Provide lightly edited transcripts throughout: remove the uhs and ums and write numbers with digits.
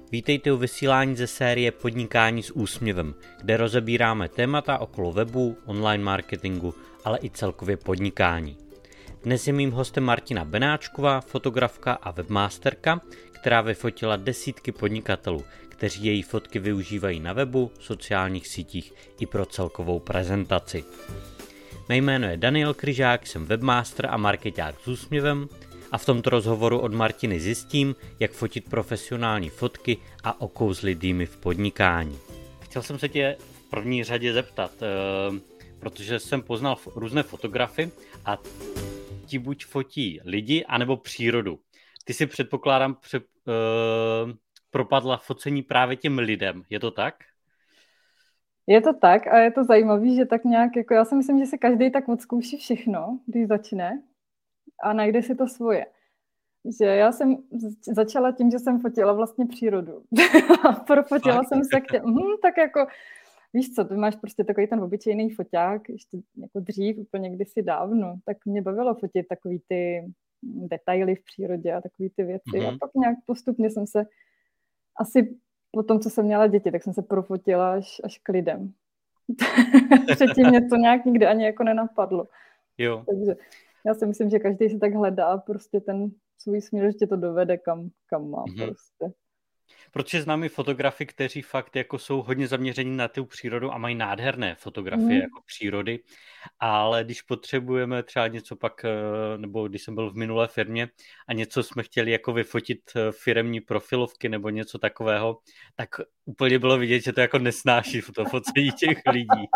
Vítejte u vysílání ze série Podnikání s úsměvem, kde rozebíráme témata okolo webu, online marketingu, ale i celkově podnikání. Dnes je mým hostem Martina Benáčková, fotografka a webmasterka, která vyfotila desítky podnikatelů, kteří její fotky využívají na webu, sociálních sítích i pro celkovou prezentaci. Mé jméno je Daniel Kryžák, jsem webmaster a markeťák s úsměvem a v tomto rozhovoru od Martiny zjistím, jak fotit profesionální fotky a okouzlit dýmy v podnikání. Chtěl jsem se tě v první řadě zeptat, protože jsem poznal různé fotografy a ti buď fotí lidi, anebo přírodu. Ty si předpokládám propadla focení právě těm lidem, je to tak? Je to tak a je to zajímavý, že tak nějak, jako já si myslím, že si každý tak odzkouší všechno, když začne a najde si to svoje. Že já jsem začala tím, že jsem fotila vlastně přírodu. A profotila jsem se k těm, tak jako, víš co, ty máš prostě takový ten obyčejný foťák, ještě jako dřív, úplně kdysi dávno, tak mě bavilo fotit takový ty detaily v přírodě a takový ty věci. A pak nějak postupně jsem se asi po tom, co jsem měla děti, tak jsem se profotila až k lidem. Předtím mě to nějak nikdy ani jako nenapadlo. Jo. Takže já si myslím, že každý si tak hledá prostě ten svůj směr, že tě to dovede kam má prostě. Protože znám i fotografy, kteří fakt jako jsou hodně zaměření na tu přírodu a mají nádherné fotografie jako přírody, ale když potřebujeme třeba něco pak, nebo když jsem byl v minulé firmě a něco jsme chtěli jako vyfotit firemní profilovky nebo něco takového, tak úplně bylo vidět, že to jako nesnáší to focení těch lidí.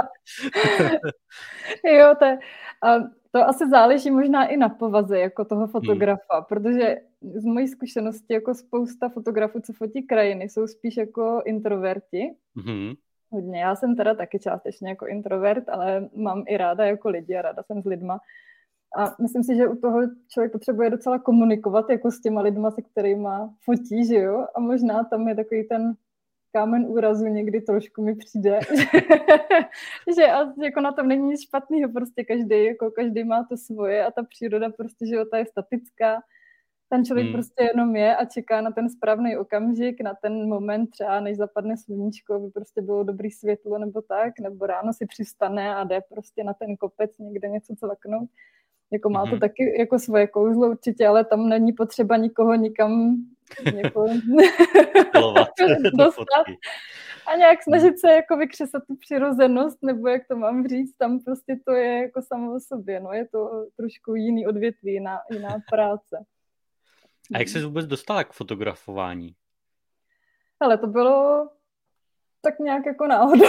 Jo, to asi záleží možná i na povaze jako toho fotografa, protože z mojí zkušenosti jako spousta fotografů, co fotí krajiny, jsou spíš jako introverti. Hodně. Já jsem teda taky částečně jako introvert, ale mám i ráda jako lidi a ráda jsem s lidma. A myslím si, že u toho člověk potřebuje docela komunikovat jako s těma lidma, se kterýma fotí, že jo? A možná tam je takový ten kámen úrazu někdy trošku mi přijde, že jako na tom není nic špatného, prostě každý má to svoje a ta příroda prostě, že ta je statická, ten člověk prostě jenom je a čeká na ten správný okamžik, na ten moment třeba, než zapadne sluníčko, aby prostě bylo dobrý světlo nebo tak, nebo ráno si přistane a jde prostě na ten kopec někde něco cvaknout. Jako má to taky jako svoje kouzlo určitě, ale tam není potřeba nikoho nikam jako dostat a nějak snažit se jako vykřesat tu přirozenost, nebo jak to mám říct, tam prostě to je jako samo o sobě, no je to trošku jiný odvětví, jiná práce. A jak jsi vůbec dostala k fotografování? Ale to bylo tak nějak jako náhodou.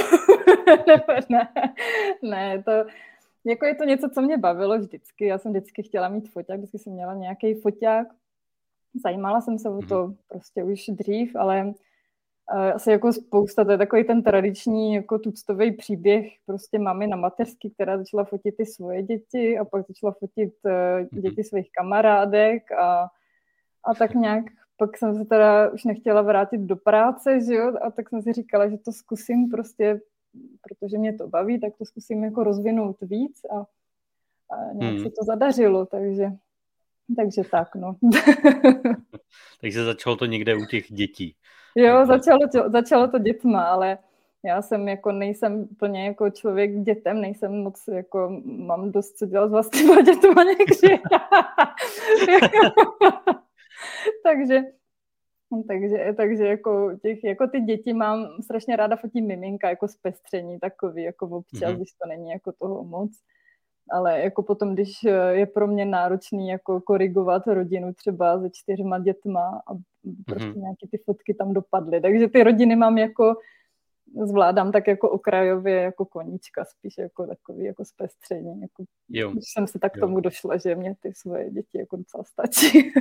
ne, to jako je to něco, co mě bavilo vždycky. Já jsem vždycky chtěla mít foťák, vždycky jsem měla nějaký foťák. Zajímala jsem se o to prostě už dřív, ale asi jako spousta, to je takový ten tradiční jako tuctový příběh prostě mamy na mateřský, která začala fotit ty svoje děti a pak začala fotit děti svých kamarádek a tak nějak pak jsem se teda už nechtěla vrátit do práce, že jo, a tak jsem si říkala, že to zkusím prostě, protože mě to baví, tak to zkusím jako rozvinout víc a nějak se to zadařilo, takže tak, no. Takže začalo to někde u těch dětí. Jo, začalo to dětma, ale já jsem jako nejsem plně jako člověk k dětem, nejsem moc jako, mám dost co dělat s vlastníma dětma někdy. takže jako ty děti mám strašně ráda, fotím miminka jako zpestření takový, jako občas, když to není jako toho moc. Ale jako potom, když je pro mě náročný jako korigovat rodinu třeba se 4 dětma a prostě nějaké ty fotky tam dopadly. Takže ty rodiny mám jako, zvládám tak jako okrajově jako koníčka, spíš jako takový jako zpestření. Jako, když jsem se tak k tomu došla, že mě ty svoje děti jako docela stačí.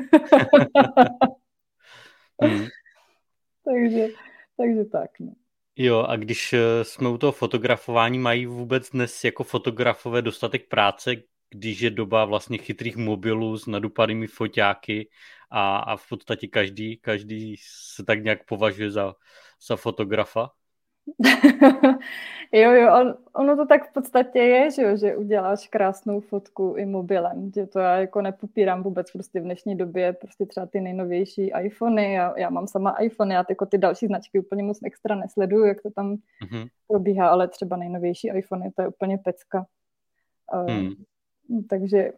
takže tak, no. Jo, a když jsme u toho fotografování, mají vůbec dnes jako fotografové dostatek práce, když je doba vlastně chytrých mobilů s nadupanými foťáky a v podstatě každý se tak nějak považuje za fotografa? Jo, ono to tak v podstatě je, že uděláš krásnou fotku i mobilem, že to já jako nepopírám vůbec prostě v dnešní době, prostě třeba ty nejnovější iPhony, já mám sama iPhone, já jako ty další značky úplně moc extra nesleduju, jak to tam probíhá, ale třeba nejnovější iPhony, to je úplně pecka. Takže,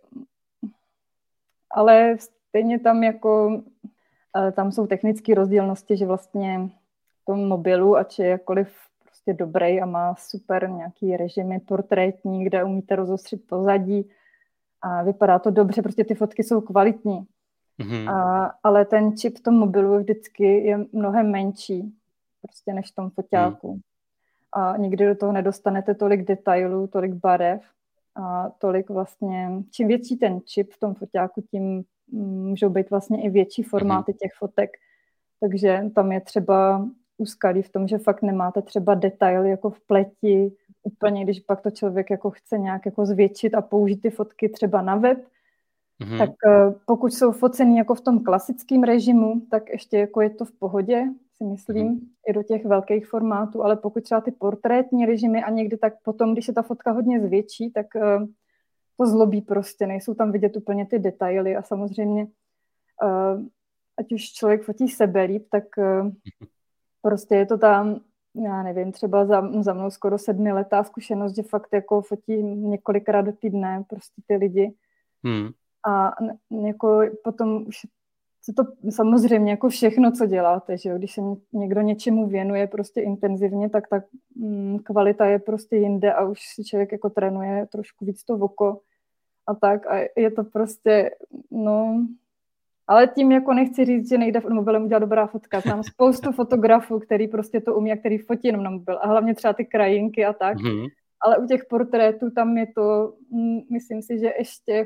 ale stejně tam jako, tam jsou technické rozdílnosti, že vlastně v tom mobilu, ač je jakkoliv prostě dobrý a má super nějaký režimy portrétní, kde umíte rozostřit pozadí a vypadá to dobře, prostě ty fotky jsou kvalitní. Ale ten čip v tom mobilu vždycky je mnohem menší prostě než v tom foťáku. A nikdy do toho nedostanete tolik detailů, tolik barev a tolik vlastně, čím větší ten čip v tom foťáku, tím můžou být vlastně i větší formáty těch fotek. Takže tam je třeba úskalí v tom, že fakt nemáte třeba detail jako v pleti, úplně, když pak to člověk jako chce nějak jako zvětšit a použít ty fotky třeba na web, tak pokud jsou focený jako v tom klasickém režimu, tak ještě jako je to v pohodě, si myslím, i do těch velkých formátů, ale pokud třeba ty portrétní režimy a někdy tak potom, když se ta fotka hodně zvětší, tak to zlobí prostě, nejsou tam vidět úplně ty detaily a samozřejmě ať už člověk fotí sebelíp, tak prostě je to tam, já nevím, třeba za mnou skoro 7letá zkušenost, že fakt jako fotí několikrát do týdne prostě ty lidi. A jako potom už se to samozřejmě jako všechno, co děláte, že jo? Když se někdo něčemu věnuje prostě intenzivně, tak ta kvalita je prostě jinde a už si člověk jako trénuje trošku víc to oko a tak a je to prostě, no, ale tím jako nechci říct, že nejde mobilem udělat dobrá fotka. Znám spoustu fotografů, který prostě to umí a který fotí jenom na mobil a hlavně třeba ty krajinky a tak, ale u těch portrétů tam je to, myslím si, že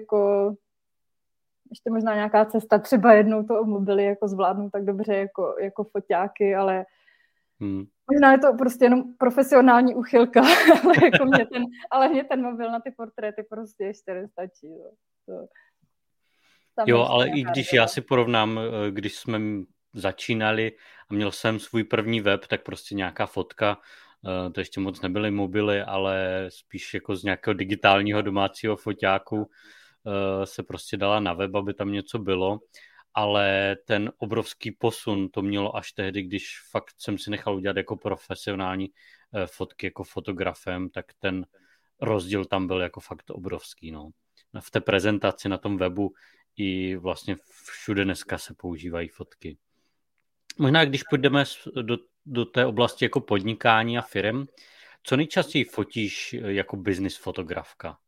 ještě možná nějaká cesta, třeba jednou to mobily jako zvládnou tak dobře jako foťáky, ale možná je to prostě jenom profesionální uchylka, ale mě ten mobil na ty portréty prostě ještě nestačí. Jo, ale i když já si porovnám, když jsme začínali a měl jsem svůj první web, tak prostě nějaká fotka, to ještě moc nebyly mobily, ale spíš jako z nějakého digitálního domácího foťáku se prostě dala na web, aby tam něco bylo, ale ten obrovský posun to mělo až tehdy, když fakt jsem si nechal udělat jako profesionální fotky jako fotografem, tak ten rozdíl tam byl jako fakt obrovský. No. V té prezentaci na tom webu i vlastně všude dneska se používají fotky. Možná, když půjdeme do té oblasti jako podnikání a firem, co nejčastěji fotíš jako business fotografka?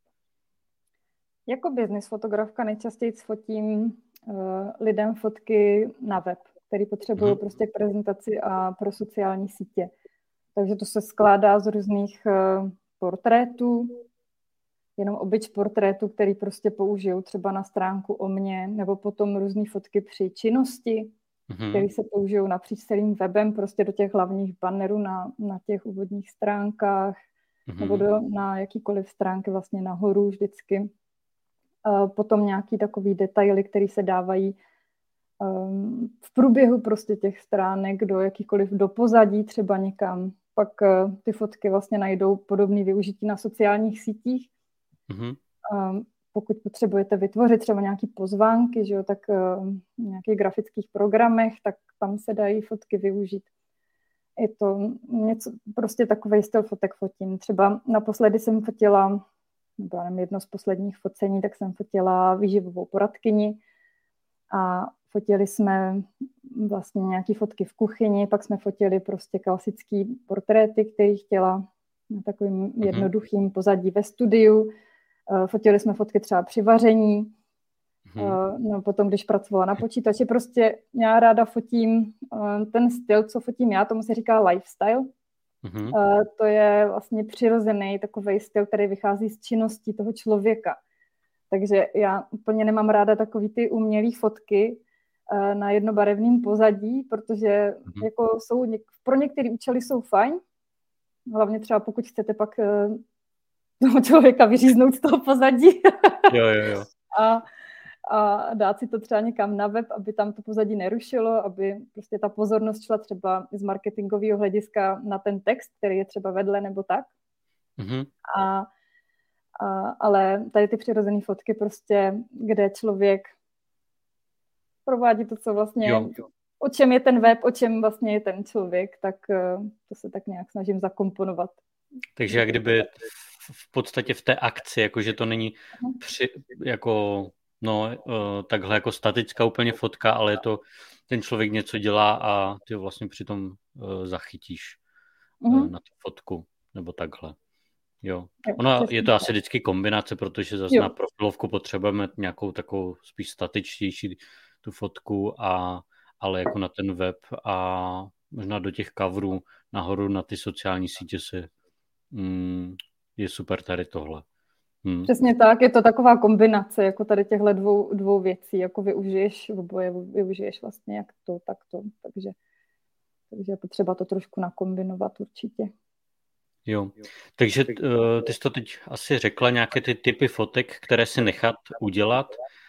Jako business fotografka nejčastěji fotím lidem fotky na web, který potřebují prostě k prezentaci a pro sociální sítě. Takže to se skládá z různých portrétů, jenom obyč portrétu, který prostě použijou třeba na stránku o mně, nebo potom různý fotky při činnosti, které se použijou napříč celým webem, prostě do těch hlavních bannerů na těch úvodních stránkách, nebo na jakýkoliv stránky vlastně nahoru vždycky. Potom nějaký takový detaily, které se dávají v průběhu prostě těch stránek do jakýkoliv do pozadí třeba někam. Pak ty fotky vlastně najdou podobné využití na sociálních sítích. Pokud potřebujete vytvořit třeba nějaké pozvánky, že jo, tak v nějakých grafických programech, tak tam se dají fotky využít. Je to něco, prostě takový styl fotek fotím. Třeba naposledy jsem fotila, nebo jedno z posledních focení, tak jsem fotila výživovou poradkyni a fotili jsme vlastně nějaké fotky v kuchyni, pak jsme fotili prostě klasický portréty, který chtěla na takovým jednoduchým pozadí ve studiu. Fotili jsme fotky třeba při vaření, no potom, když pracovala na počítači. Prostě já ráda fotím ten styl, co fotím já, tomu se říká lifestyle. To je vlastně přirozený takovej styl, který vychází z činností toho člověka. Takže já úplně nemám ráda takový ty umělý fotky na jednobarevném pozadí, protože jako jsou pro některé účely jsou fajn, hlavně třeba pokud chcete pak toho člověka vyříznout z toho pozadí. Jo. a dát si to třeba někam na web, aby tam to pozadí nerušilo, aby prostě ta pozornost šla třeba z marketingového hlediska na ten text, který je třeba vedle nebo tak. Mm-hmm. Ale tady ty přirozené fotky prostě, kde člověk provádí to, co vlastně, o čem je ten web, o čem vlastně je ten člověk, tak to se tak nějak snažím zakomponovat. Takže jak kdyby v podstatě v té akci, jakože to není takhle jako statická úplně fotka, ale je to, ten člověk něco dělá a ty vlastně přitom zachytíš na tu fotku, nebo takhle. Jo. Ono je to asi vždycky kombinace, protože zase na profilovku potřebujeme nějakou takovou spíš statičtější tu fotku, ale jako na ten web a možná do těch coverů nahoru na ty sociální sítě je super tady tohle. Přesně tak, je to taková kombinace jako tady těchto dvou věcí, jako využiješ oboje, využiješ vlastně jak to, tak to, takže je potřeba to trošku nakombinovat určitě. Jo, takže ty jsi to teď asi řekla, nějaké ty typy fotek, které si nechat udělat,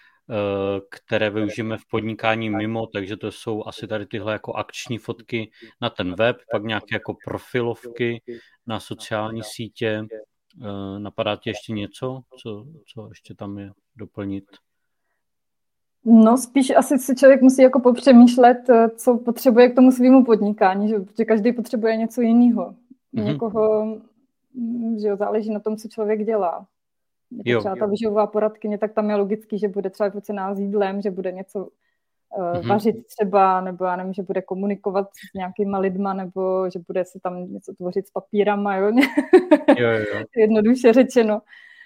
které využijeme v podnikání mimo, takže to jsou asi tady tyhle jako akční fotky na ten web, pak nějaké jako profilovky na sociální sítě. Napadá ti ještě něco, co ještě tam je doplnit? No spíš asi si člověk musí jako popřemýšlet, co potřebuje k tomu svému podnikání, že každý potřebuje něco jiného. Někoho, že jo, záleží na tom, co člověk dělá. Jako třeba ta výživová poradkyně, tak tam je logický, že bude třeba vypocená s jídlem, že bude něco vařit třeba, nebo já nevím, že bude komunikovat s nějakýma lidma, nebo že bude si tam něco tvořit s papírama, jo. Jednoduše řečeno.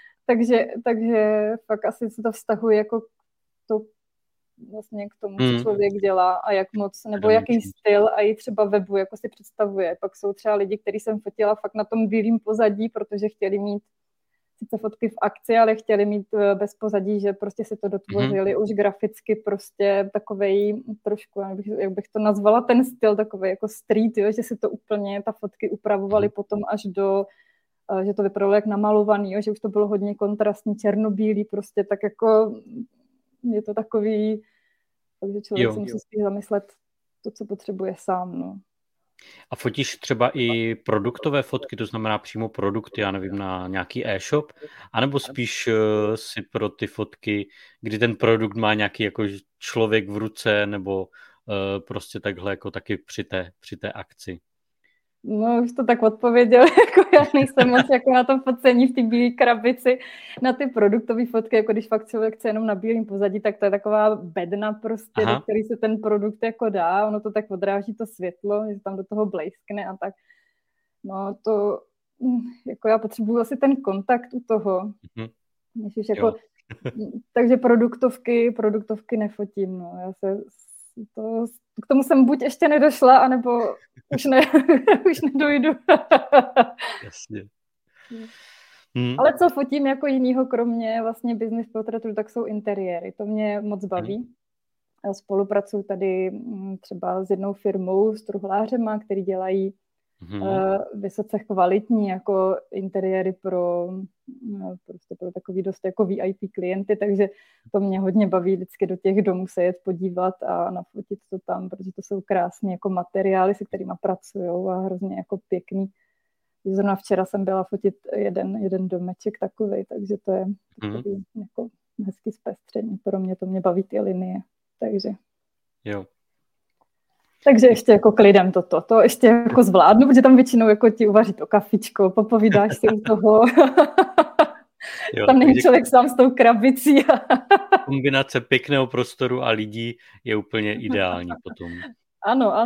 Takže fakt asi se to vztahuje jako vlastně k tomu, co člověk dělá a jak moc, nebo jaký styl a i třeba webu, jako si představuje. Pak jsou třeba lidi, kteří jsem fotila fakt na tom bílém pozadí, protože chtěli mít sice fotky v akci, ale chtěli mít bez pozadí, že prostě si to dotvořili už graficky prostě takovej trošku, jak bych to nazvala, ten styl takovej jako street, jo, že si to úplně, ta fotky upravovali potom až do, že to vypadalo jak namalovaný, jo, že už to bylo hodně kontrastní, černobílý prostě, tak jako je to takový, takže člověk si musí spíš zamyslet to, co potřebuje sám, no. A fotíš třeba i produktové fotky, to znamená přímo produkty, já nevím, na nějaký e-shop, anebo spíš si pro ty fotky, kdy ten produkt má nějaký jako člověk v ruce, nebo prostě takhle jako taky při té akci? No, už to tak odpověděl, jako já nejsem moc jako na tom focení v té bílé krabici, na ty produktové fotky, jako když fakt člověk chce jenom na bílém pozadí, tak to je taková bedna prostě, do který se ten produkt jako dá, ono to tak odráží to světlo, že tam do toho blejskne a tak. No to, jako já potřebuju asi ten kontakt u toho. Jako, takže produktovky nefotím, no, já se k tomu jsem buď ještě nedošla, anebo už nedojdu. Jasně. Ale co fotím jako jinýho, kromě vlastně business portrétu, tak jsou interiéry. To mě moc baví. Spolupracuji tady třeba s jednou firmou, s truhlářema, který dělají vysoce kvalitní jako interiéry pro takový dost jako VIP klienty, takže to mě hodně baví vždycky do těch domů se jet podívat a nafotit to tam, protože to jsou krásné jako materiály, se kterými pracujou a hrozně jako pěkný. Zrovna včera jsem byla fotit jeden domeček takovej, takže to je takový jako hezký zpestření. Pro mě to mě baví ty linie, takže. Jo. Takže ještě jako klidem to ještě jako zvládnu, protože tam většinou jako ti uvaří to kafičko, popovídáš si u toho. Jo, tam není člověk sám s tou krabicí. Kombinace pěkného prostoru a lidí je úplně ideální potom. Ano.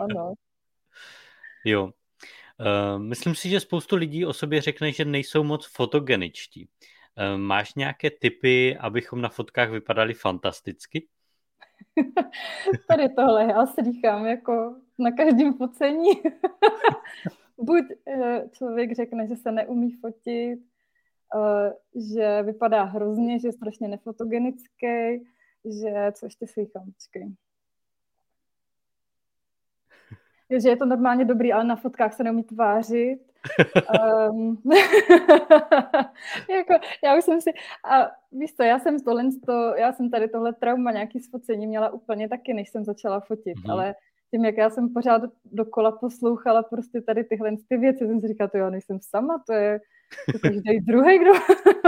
Jo. Myslím si, že spoustu lidí o sobě řekne, že nejsou moc fotogeničtí. Máš nějaké tipy, abychom na fotkách vypadali fantasticky? Tady tohle já slýchám jako na každém focení. Buď člověk řekne, že se neumí fotit, že vypadá hrozně, že je strašně nefotogenický, že co ještě slýchám, počkej. Že je to normálně dobrý, ale na fotkách se neumí tvářit, Jako, já už jsem si... A víš co, já jsem tady tohle trauma nějaký z focení měla úplně taky, než jsem začala fotit, ale tím, jak já jsem pořád dokola poslouchala prostě tady tyhle ty věci, jsem si říkala, to já nejsem sama, to je každý druhý, kdo...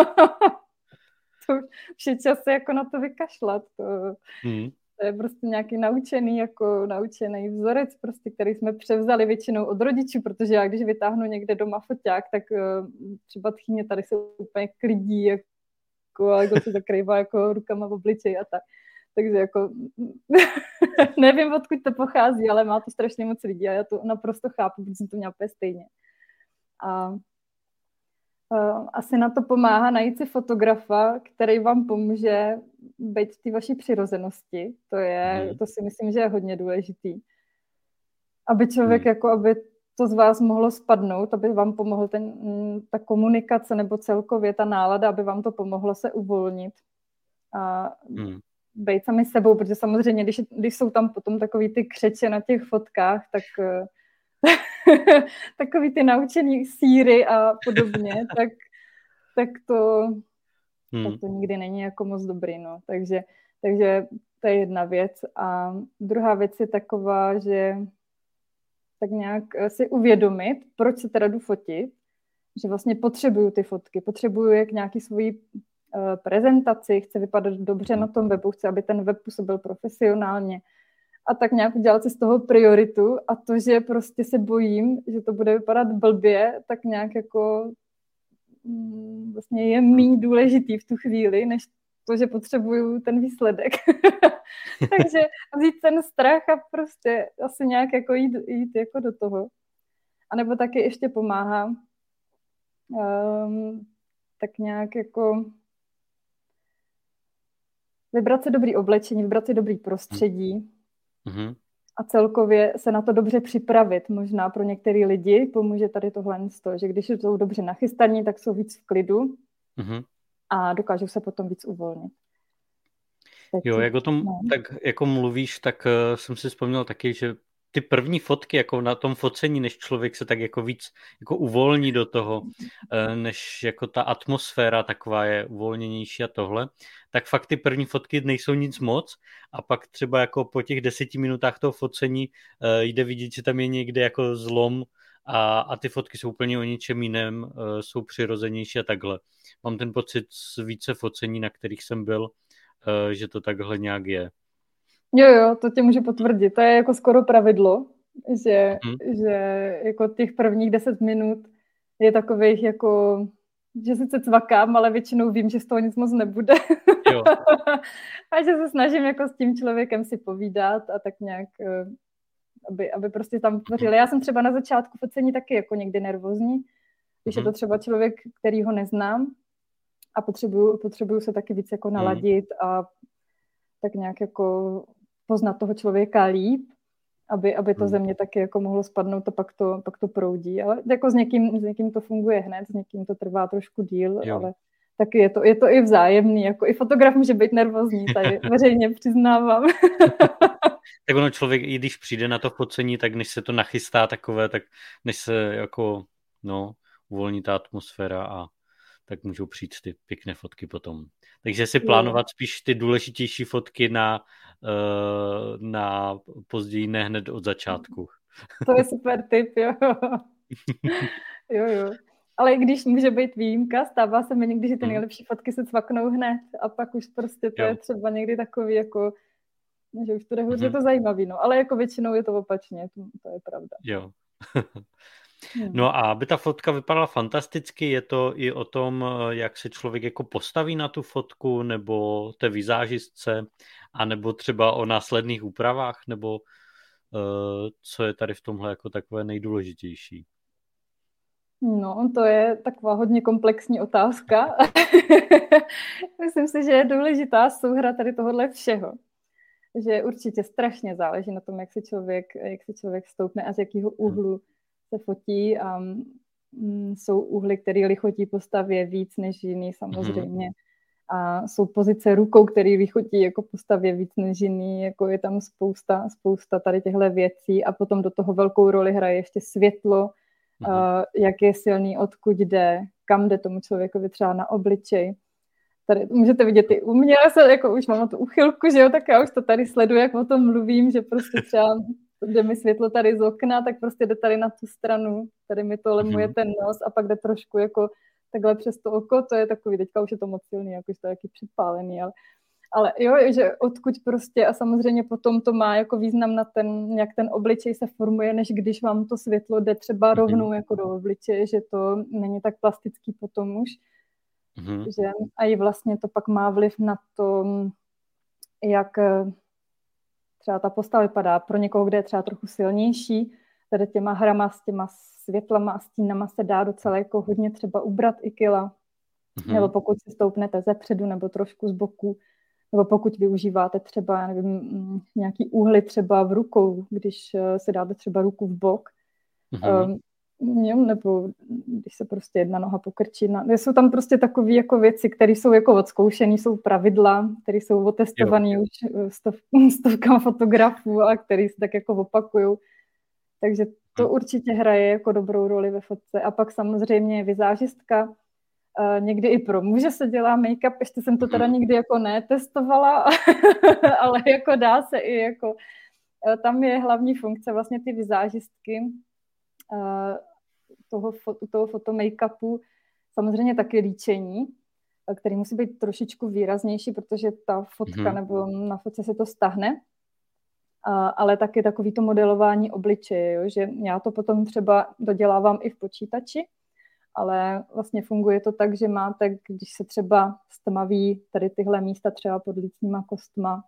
to už je čas jako na to vykašlat. To je prostě nějaký naučený vzorec, prostě, který jsme převzali většinou od rodičů, protože já když vytáhnu někde doma foťák, tak třeba tchýně tady se úplně klidí, jako se zakrývá jako rukama v obličeji a tak. Takže jako nevím, odkud to pochází, ale má to strašně moc lidí a já to naprosto chápu, protože jsem to měla úplně stejně. A asi na to pomáhá najít si fotografa, který vám pomůže být v té vaší přirozenosti. To si myslím, že je hodně důležitý. Aby člověk, aby to z vás mohlo spadnout, aby vám pomohl ta komunikace nebo celkově ta nálada, aby vám to pomohlo se uvolnit a být sami sebou, protože samozřejmě, když jsou tam potom takový ty křeče na těch fotkách, tak takový ty naučený síry a podobně, tak to nikdy není jako moc dobrý, no. Takže to je jedna věc. A druhá věc je taková, že tak nějak si uvědomit, proč se teda jdu fotit, že vlastně potřebuju ty fotky, potřebuju je k nějaký svojí prezentaci, chci vypadat dobře na tom webu, chci, aby ten web působil profesionálně, a tak nějak udělat si z toho prioritu a to, že prostě se bojím, že to bude vypadat blbě, tak nějak jako vlastně je méně důležitý v tu chvíli, než to, že potřebuju ten výsledek. Takže vzít ten strach a prostě asi nějak jako jít jako do toho. A nebo taky ještě pomáhá tak nějak jako vybrat si dobrý oblečení, vybrat si dobrý prostředí, a celkově se na to dobře připravit. Možná pro některé lidi pomůže tady tohle, že když jsou dobře nachystaní, tak jsou víc v klidu a dokážou se potom víc uvolnit. Jo, jak o tom tak jako mluvíš, tak jsem si vzpomněl taky, že ty první fotky jako na tom focení, než člověk se tak jako víc jako uvolní do toho, než jako ta atmosféra taková je uvolněnější a tohle, tak fakt ty první fotky nejsou nic moc a pak třeba jako po těch 10 minutách toho focení jde vidět, že tam je někde jako zlom a ty fotky jsou úplně o ničem jiném, jsou přirozenější a takhle. Mám ten pocit z více focení, na kterých jsem byl, že to takhle nějak je. Jo, to tě můžu potvrdit. To je jako skoro pravidlo, že jako těch prvních 10 minut je takových jako, že sice cvakám, ale většinou vím, že z toho nic moc nebude. Jo. A že se snažím jako s tím člověkem si povídat a tak nějak, aby prostě tam tvořili. Já jsem třeba na začátku focení taky jako někdy nervózní, když je to třeba člověk, který ho neznám a potřebuju se taky víc jako naladit a tak nějak jako poznat toho člověka líp, aby to ze mě taky jako mohlo spadnout a pak to proudí. Ale jako s někým to funguje hned, s někým to trvá trošku díl, ale taky je to i vzájemný. Jako i fotograf může být nervózní, tady veřejně přiznávám. Tak ono člověk, i když přijde na to focení, tak než se to nachystá takové, tak než se jako uvolní ta atmosféra a tak můžou přijít ty pěkné fotky potom. Takže si plánovat spíš ty důležitější fotky na později, ne hned od začátku. To je super tip, jo. Jo. Ale i když může být výjimka, stává se mi někdy, že ty nejlepší fotky se cvaknou hned a pak už prostě to je třeba někdy takový jako, že už to jde, že je to zajímavý, no. Ale jako většinou je to opačně, to je pravda. Jo. No a aby ta fotka vypadala fantasticky, je to i o tom, jak se člověk jako postaví na tu fotku, nebo té vizážistce, anebo třeba o následných úpravách, nebo co je tady v tomhle jako takové nejdůležitější? No, to je taková hodně komplexní otázka. Myslím si, že je důležitá souhra tady tohohle všeho. Že určitě strašně záleží na tom, jak se člověk stoupne a z jakého úhlu se fotí a jsou úhly, které lichotí postavě víc než jiný samozřejmě. A jsou pozice rukou, které lichotí jako postavě víc než jiný, jako je tam spousta tady těchto věcí a potom do toho velkou roli hraje ještě světlo, jak je silný, odkud jde, kam jde tomu člověkovi třeba na obličej. Tady můžete vidět i u mě, já se jako už mám tu uchylku, že jo, tak já už to tady sleduju, jak o tom mluvím, že prostě třeba jde mi světlo tady z okna, tak prostě jde tady na tu stranu, tady mi to lemuje ten nos a pak jde trošku jako takhle přes to oko, to je takový, teďka už je to moc silný, jako to je taky připálený, ale jo, že odkud prostě a samozřejmě potom to má jako význam na ten, jak ten obličej se formuje, než když vám to světlo jde třeba rovnou jako do obličeje, že to není tak plastický potom už. Že a i vlastně to pak má vliv na to, jak třeba ta postava vypadá. Pro někoho, kde je třeba trochu silnější, tady těma hrama s těma světlama a stínama se dá docela jako hodně třeba ubrat i kila. Nebo pokud si stoupnete zepředu nebo trošku z boku, nebo pokud využíváte třeba, nevím, nějaký úhly třeba v rukou, když si dáte třeba ruku v bok, nebo když se prostě jedna noha pokrčí. Jsou tam prostě takové jako věci, které jsou jako odzkoušené, jsou pravidla, které jsou otestované už stovkama fotografů a které se tak jako opakujou. Takže to určitě hraje jako dobrou roli ve fotce. A pak samozřejmě vizážistka, někdy i pro muže se dělá make-up, ještě jsem to teda nikdy jako netestovala, ale jako dá se i jako, tam je hlavní funkce vlastně ty vizážistky, toho fotomake-upu, samozřejmě taky líčení, který musí být trošičku výraznější, protože ta fotka nebo na fotce se to stahne, ale taky takový to modelování obličeje, jo, že já to potom třeba dodělávám i v počítači, ale vlastně funguje to tak, že máte, když se třeba stmaví tady tyhle místa třeba pod lícníma kostma,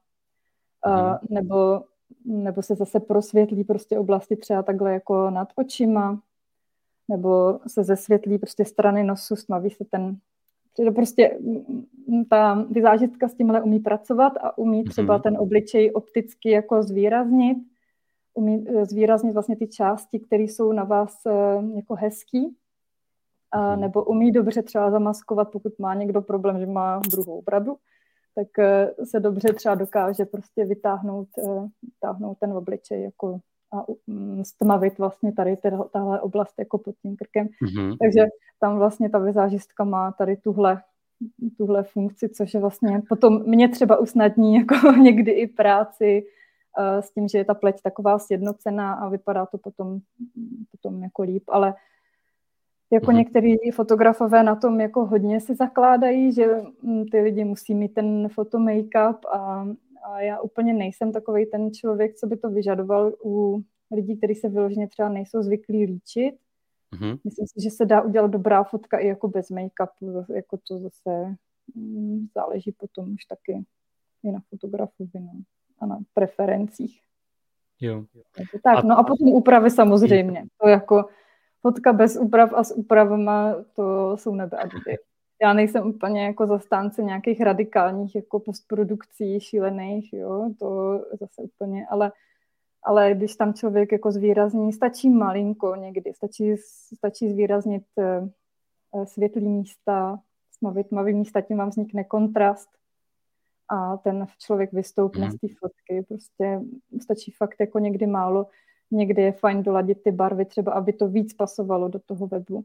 nebo se zase prosvětlí prostě oblasti třeba takhle jako nad očima, nebo se zesvětlí prostě strany nosu, stmaví se prostě ta vizážistka s tímhle umí pracovat a umí třeba ten obličej opticky jako zvýraznit, umí zvýraznit vlastně ty části, které jsou na vás jako hezký, nebo umí dobře třeba zamaskovat, pokud má někdo problém, že má druhou bradu, tak se dobře třeba dokáže prostě vytáhnout ten obličej jako a stmavit vlastně tady tahle oblast jako pod tím krkem. Takže tam vlastně ta vizážistka má tady tuhle funkci, což je vlastně potom mě třeba usnadní jako někdy i práci s tím, že je ta pleť taková sjednocená a vypadá to potom jako líp, ale jako některý fotografové na tom jako hodně si zakládají, že ty lidi musí mít ten foto make-up a já úplně nejsem takovej ten člověk, co by to vyžadoval u lidí, kteří se vyloženě třeba nejsou zvyklí líčit. Myslím si, že se dá udělat dobrá fotka i jako bez make-upu, jako to zase záleží potom už taky i na fotografovi a na preferencích. Jo. Tak, no a potom úpravy samozřejmě. To jako fotka bez úprav a s úpravama, to jsou nebe a dudy. Já nejsem úplně jako zastánce nějakých radikálních jako postprodukcí šílených, jo, to zase úplně, ale když tam člověk jako zvýrazní, stačí malinko někdy, stačí zvýraznit světlý místa, tmavý místa, tím vám vznikne kontrast a ten člověk vystoupne z té fotky, prostě stačí fakt jako někdy málo, někdy je fajn doladit ty barvy, třeba aby to víc pasovalo do toho webu.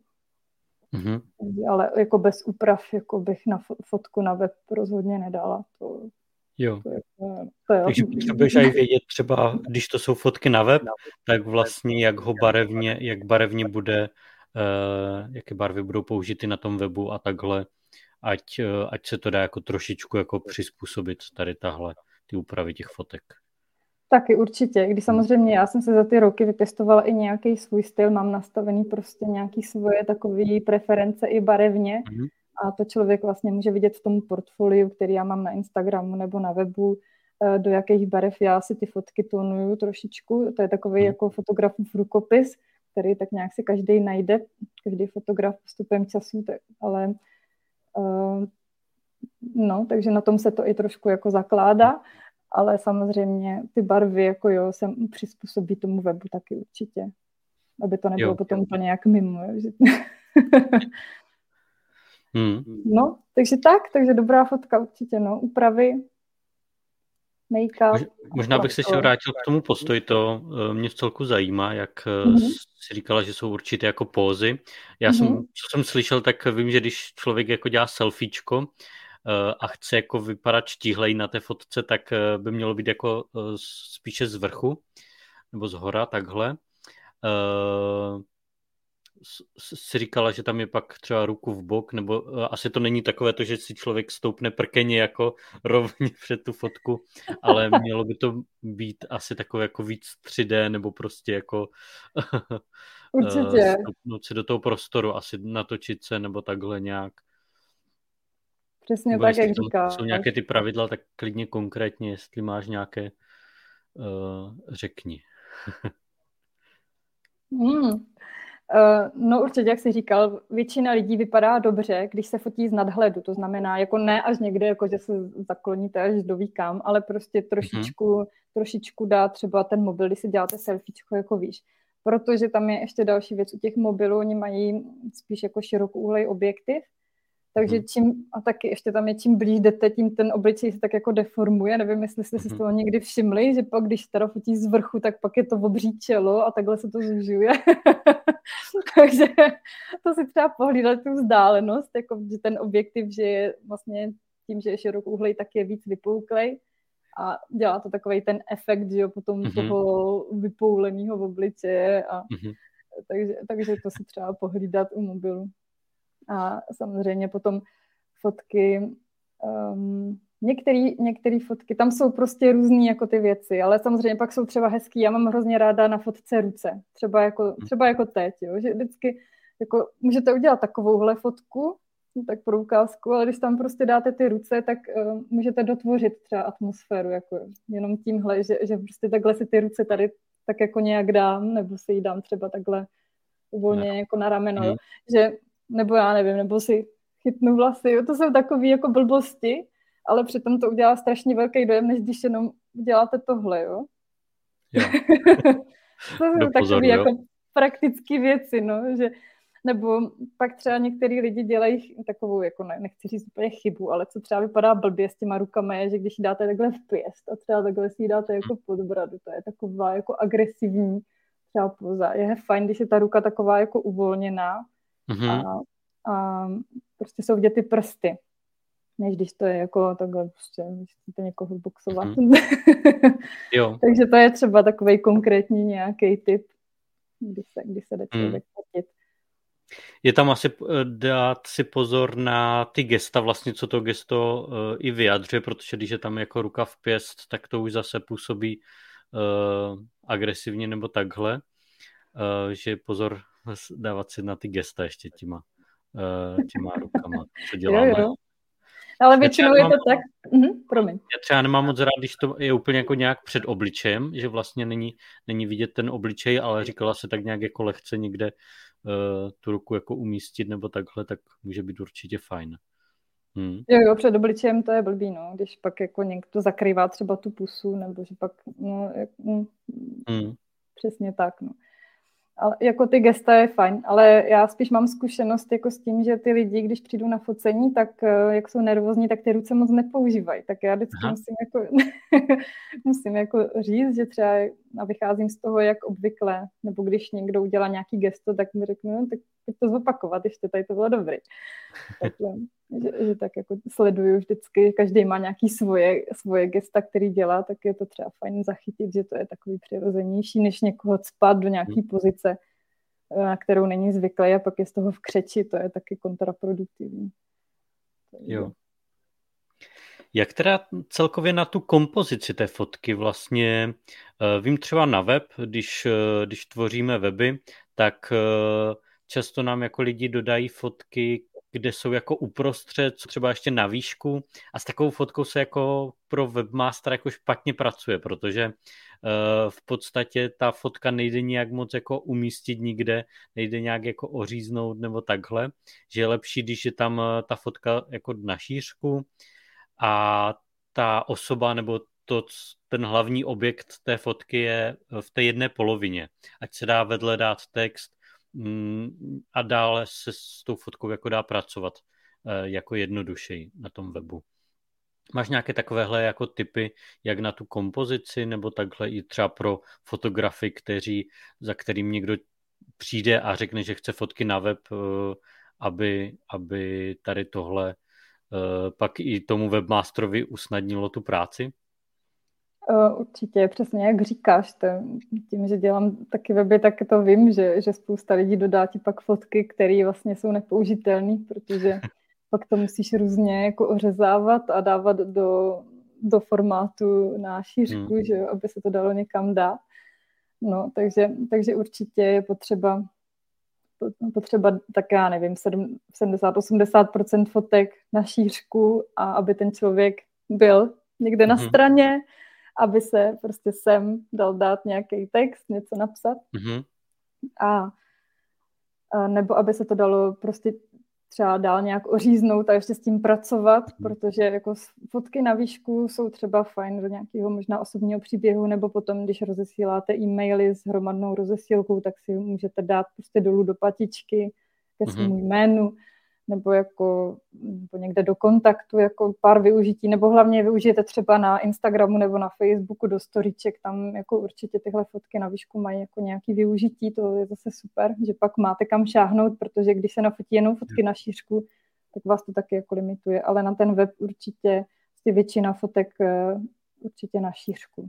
Ale jako bez úprav jako bych na fotku na web rozhodně nedala. Jo. Takže potřebuješ aj vědět třeba, když to jsou fotky na web, tak vlastně jak barevně bude, jaké barvy budou použity na tom webu a takhle, ať se to dá jako trošičku jako přizpůsobit tady ty úpravy těch fotek. Taky určitě, když samozřejmě já jsem se za ty roky vypěstovala i nějaký svůj styl, mám nastavený prostě nějaký svoje takové preference i barevně a to člověk vlastně může vidět v tom portfoliu, který já mám na Instagramu nebo na webu, do jakých barev já si ty fotky tonuju trošičku, to je takový jako fotografův rukopis, který tak nějak si každý najde, každý fotograf postupem času, ale no, takže na tom se to i trošku jako zakládá. Ale samozřejmě ty barvy jako se přizpůsobí tomu webu taky určitě. Aby to nebylo potom úplně jak mimo. No, takže dobrá fotka určitě, no, úpravy. make-up. Možná bych se ještě vrátil k tomu postoji, to mě v celku zajímá, jak si říkala, že jsou určité jako pózy. Co jsem slyšel, tak vím, že když člověk jako dělá selfiečko a chce jako vypadat štíhlej na té fotce, tak by mělo být jako spíše z vrchu nebo z hora, takhle. Si říkala, že tam je pak třeba ruku v bok, nebo asi to není takové to, že si člověk stoupne prkeně jako rovně před tu fotku, ale mělo by to být asi takové jako víc 3D, nebo prostě jako určitě stoupnout si do toho prostoru, asi natočit se, nebo takhle nějak. Přesně nebo tak, jak říkáš. Jsou nějaké ty pravidla, tak klidně konkrétně, jestli máš nějaké, řekni. No určitě, jak jsi říkal, většina lidí vypadá dobře, když se fotí z nadhledu, to znamená jako ne až někde, jako že se zakloníte až do výkam, ale prostě trošičku dá třeba ten mobil, když si děláte selfiečko, jako víš. Protože tam je ještě další věc u těch mobilů, oni mají spíš jako širokouhlej objektiv, takže a taky ještě tam je, čím blíž jdete, tím ten obličej se tak jako deformuje. Nevím, jestli jste si z toho někdy všimli, že pak, když teda fotí z vrchu, tak pak je to obří čelo a takhle se to zužuje. Takže to si třeba pohlídat tu vzdálenost, jako že ten objektiv, že je vlastně tím, že je širokouhlej, tak je víc vypouklej a dělá to takovej ten efekt, že jo, potom toho vypouleného obličeje a takže to si třeba pohlídat u mobilu. A samozřejmě potom fotky, některé fotky, tam jsou prostě různý jako ty věci, ale samozřejmě pak jsou třeba hezký, já mám hrozně ráda na fotce ruce, třeba jako teď, jo, že vždycky jako můžete udělat takovouhle fotku, tak pro ukázku, ale když tam prostě dáte ty ruce, tak můžete dotvořit třeba atmosféru, jako jenom tímhle, že prostě takhle si ty ruce tady tak jako nějak dám, nebo si ji dám třeba takhle uvolně jako na rameno, že nebo já nevím, nebo si chytnu vlasy, jo, to jsou takové jako blbosti, ale přitom to udělá strašně velký dojem, než když jenom uděláte tohle, jo. To jsou takové jako praktické věci, no, že nebo pak třeba některý lidi dělají takovou, jako nechci říct úplně chybu, ale co třeba vypadá blbě s těma rukama je, že když ji dáte takhle v pěst a třeba takhle si ji dáte jako pod bradu, to je taková jako agresivní třeba poza. Je fajn, když je ta ruka taková jako uvolněná, a prostě jsou vidět ty prsty, než když to je jako takhle prostě, když chcete někoho boxovat. Jo. Takže to je třeba takovej konkrétní nějaký tip, když se jde člověk fotit. Je tam asi dát si pozor na ty gesta, vlastně co to gesto i vyjadřuje, protože když je tam jako ruka v pěst, tak to už zase působí agresivně nebo takhle, že pozor dávat si na ty gesta ještě těma rukama, co děláme. Jo. Ale většinou je to tak. Promiň. Já třeba nemám moc rád, když to je úplně jako nějak před obličejem, že vlastně není vidět ten obličej, ale říkala se tak nějak jako lehce někde tu ruku jako umístit nebo takhle, tak může být určitě fajn. Jo, před obličejem to je blbý, no, když pak jako někdo zakrývá třeba tu pusu, nebo že pak, přesně tak, no. Ale jako ty gesta je fajn, ale já spíš mám zkušenost jako s tím, že ty lidi, když přijdu na focení, tak jak jsou nervózní, tak ty ruce moc nepoužívají. Tak já vždycky musím jako říct, že třeba vycházím z toho, jak obvykle, nebo když někdo udělá nějaký gesto, tak mi řeknu, no, tak pojď to zopakovat, ještě tady to bylo dobrý. Takhle, že tak jako sleduju vždycky, každý má nějaký svoje gesta, který dělá, tak je to třeba fajn zachytit, že to je takový přirozenější, než někoho cpat do nějaký pozice, na kterou není zvyklý a pak je z toho v křeči, to je taky kontraproduktivní. Jo. Jak teda celkově na tu kompozici té fotky vlastně, vím třeba na web, když tvoříme weby, tak často nám jako lidi dodají fotky, kde jsou jako uprostřed, co třeba ještě na výšku a s takovou fotkou se jako pro webmaster jako špatně pracuje, protože v podstatě ta fotka nejde nějak moc jako umístit nikde, nejde nějak jako oříznout nebo takhle, že je lepší, když je tam ta fotka jako na šířku a ta osoba nebo ten hlavní objekt té fotky je v té jedné polovině. Ať se dá vedle dát text a dále se s tou fotkou jako dá pracovat jako jednodušeji na tom webu. Máš nějaké takovéhle jako tipy, jak na tu kompozici, nebo takhle i třeba pro fotografy, za kterým někdo přijde a řekne, že chce fotky na web, aby tady tohle pak i tomu webmasterovi usnadnilo tu práci? Určitě, přesně jak říkáš, tím, že dělám taky weby, tak to vím, že spousta lidí dodá ti pak fotky, které vlastně jsou nepoužitelné, protože pak to musíš různě jako ořezávat a dávat do formátu na šířku, že jo, aby se to dalo někam dát. No, takže určitě je potřeba tak já nevím, 70-80% fotek na šířku a aby ten člověk byl někde na straně, aby se prostě sem dal dát nějaký text, něco napsat. A nebo aby se to dalo prostě třeba dál nějak oříznout a ještě s tím pracovat, protože jako fotky na výšku jsou třeba fajn do nějakého možná osobního příběhu, nebo potom, když rozesíláte e-maily s hromadnou rozesílkou, tak si můžete dát prostě dolů do patičky ke svému jménu, nebo jako nebo někde do kontaktu, jako pár využití, nebo hlavně využijete třeba na Instagramu nebo na Facebooku do storyček, tam jako určitě tyhle fotky na výšku mají jako nějaký využití, to je zase super, že pak máte kam šáhnout, protože když se nafotí jenom fotky na šířku, tak vás to taky jako limituje, ale na ten web určitě většina fotek určitě na šířku.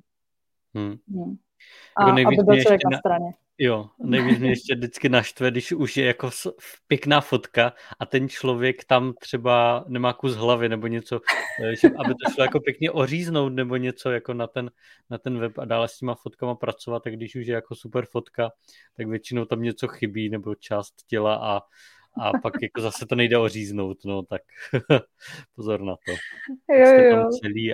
A aby byl člověk na straně. Jo, nejvíc mě ještě vždycky naštve, když už je jako pěkná fotka a ten člověk tam třeba nemá kus hlavy nebo něco, že aby to šlo jako pěkně oříznout nebo něco jako na ten web a dále s těma fotkama pracovat, tak když už je jako super fotka, tak většinou tam něco chybí nebo část těla a pak jako zase to nejde oříznout, no tak pozor na to. Jste tam celý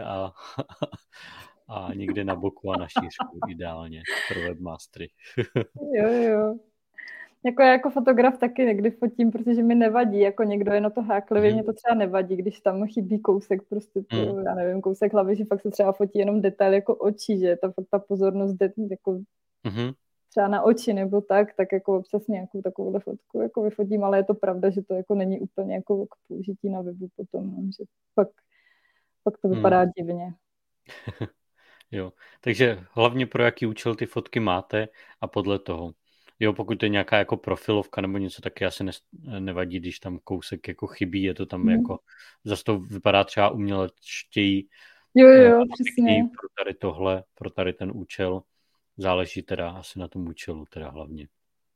a někde na boku a na šířku ideálně pro webmastery. Jo. Jako fotograf taky někdy fotím, protože mi nevadí, jako někdo je na to háklivý, mě to třeba nevadí, když tam chybí kousek, prostě to, já nevím, kousek hlavy, že fakt se třeba fotí jenom detail jako očí, že ta pozornost jde jako třeba na oči nebo tak jako občas nějakou takovouhle fotku jako vyfotím, ale je to pravda, že to jako není úplně jako k použití na webu potom, no, že pak to vypadá divně. Jo, takže hlavně pro jaký účel ty fotky máte a podle toho. Jo, pokud to je nějaká jako profilovka nebo něco, tak asi nevadí, když tam kousek jako chybí, je to tam jako, zase to vypadá třeba umělečtěji. Jo, přesně. Pro tady tohle, pro tady ten účel. Záleží teda asi na tom účelu teda hlavně.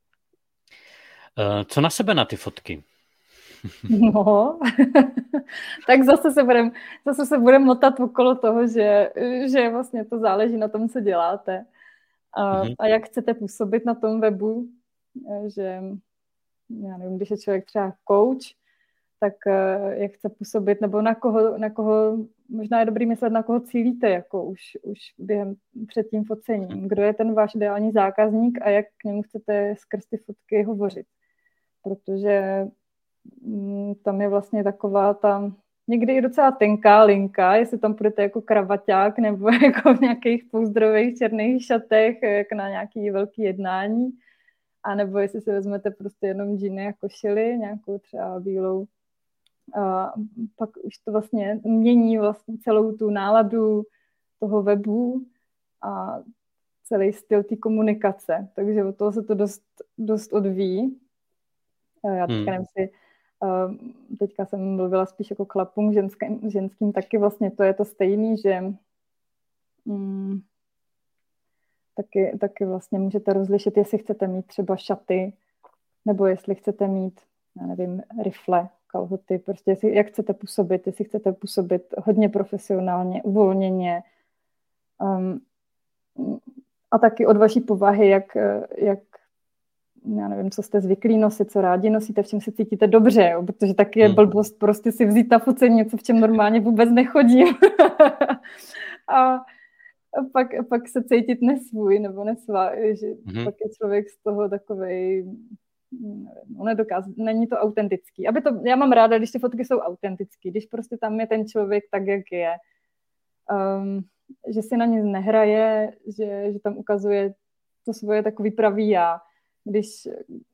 Co na sebe na ty fotky? No, tak zase se budem motat okolo toho, že vlastně to záleží na tom, co děláte a jak chcete působit na tom webu, že já nevím, když je člověk třeba coach, tak jak chce působit, nebo na koho možná je dobrý myslet, na koho cílíte, jako už před tím focením. Kdo je ten váš ideální zákazník a jak k němu chcete skrz ty fotky hovořit. Protože tam je vlastně taková ta někdy i docela tenká linka, jestli tam půjdete jako kravaťák nebo jako v nějakých pouzdrových černých šatech, jak na nějaký velký jednání, a nebo jestli si vezmete prostě jenom džíny a košili, nějakou třeba bílou. A pak už to vlastně mění vlastně celou tu náladu toho webu a celý styl té komunikace. Takže od toho se to dost odvíjí. Já teďka nevím si, teďka jsem mluvila spíš jako chlapům, ženským taky vlastně to je to stejný, že taky vlastně můžete rozlišit, jestli chcete mít třeba šaty, nebo jestli chcete mít, já nevím, rifle, kalhoty, prostě jak chcete působit, jestli chcete působit hodně profesionálně, uvolněně, a taky od vaší povahy, jak já nevím, co jste zvyklí nosit, co rádi nosíte, v čem se cítíte dobře, jo? Protože taky je blbost prostě si vzít na focení něco, v čem normálně vůbec nechodím. a pak se cítit nesvůj nebo že pak je člověk z toho takovej, není to autentický. Já mám ráda, když ty fotky jsou autentický, když prostě tam je ten člověk tak, jak je. Že si na nic nehraje, že tam ukazuje to svoje takový pravý já.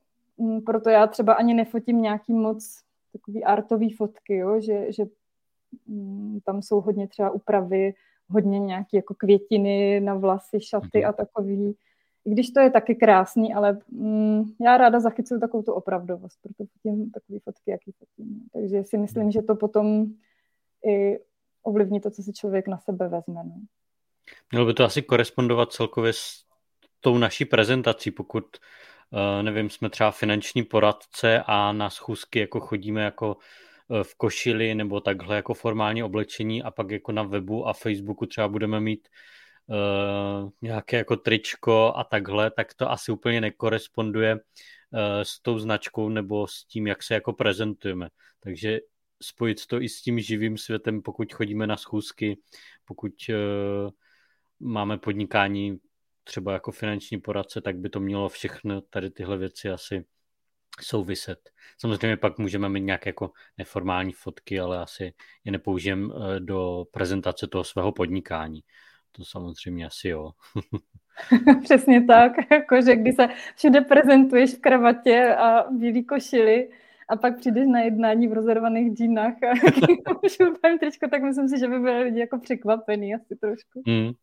Proto já třeba ani nefotím nějaký moc takový artový fotky, jo? Že tam jsou hodně třeba úpravy, hodně nějaké jako květiny na vlasy, šaty a takový. I když to je taky krásný, ale já ráda zachycuju takovou tu opravdovost, proto fotím takové fotky, jaký fotím. Takže si myslím, že to potom i ovlivní to, co si člověk na sebe vezme. No. Mělo by to asi korespondovat celkově s tou naší prezentací, pokud, nevím, jsme třeba finanční poradce a na schůzky jako chodíme jako v košili nebo takhle jako formální oblečení a pak jako na webu a Facebooku třeba budeme mít nějaké jako tričko a takhle, tak to asi úplně nekoresponduje s tou značkou nebo s tím, jak se jako prezentujeme. Takže spojit to i s tím živým světem, pokud chodíme na schůzky, pokud máme podnikání třeba jako finanční poradce, tak by to mělo všechno tady tyhle věci asi souviset. Samozřejmě pak můžeme mít nějaké jako neformální fotky, ale asi je nepoužijeme do prezentace toho svého podnikání. To samozřejmě asi jo. Přesně tak, jakože když se všude prezentuješ v kravatě a bílý košili a pak přijdeš na jednání v rozervaných džínách a šulpám tričko, tak myslím si, že by byli lidi jako překvapený asi trošku.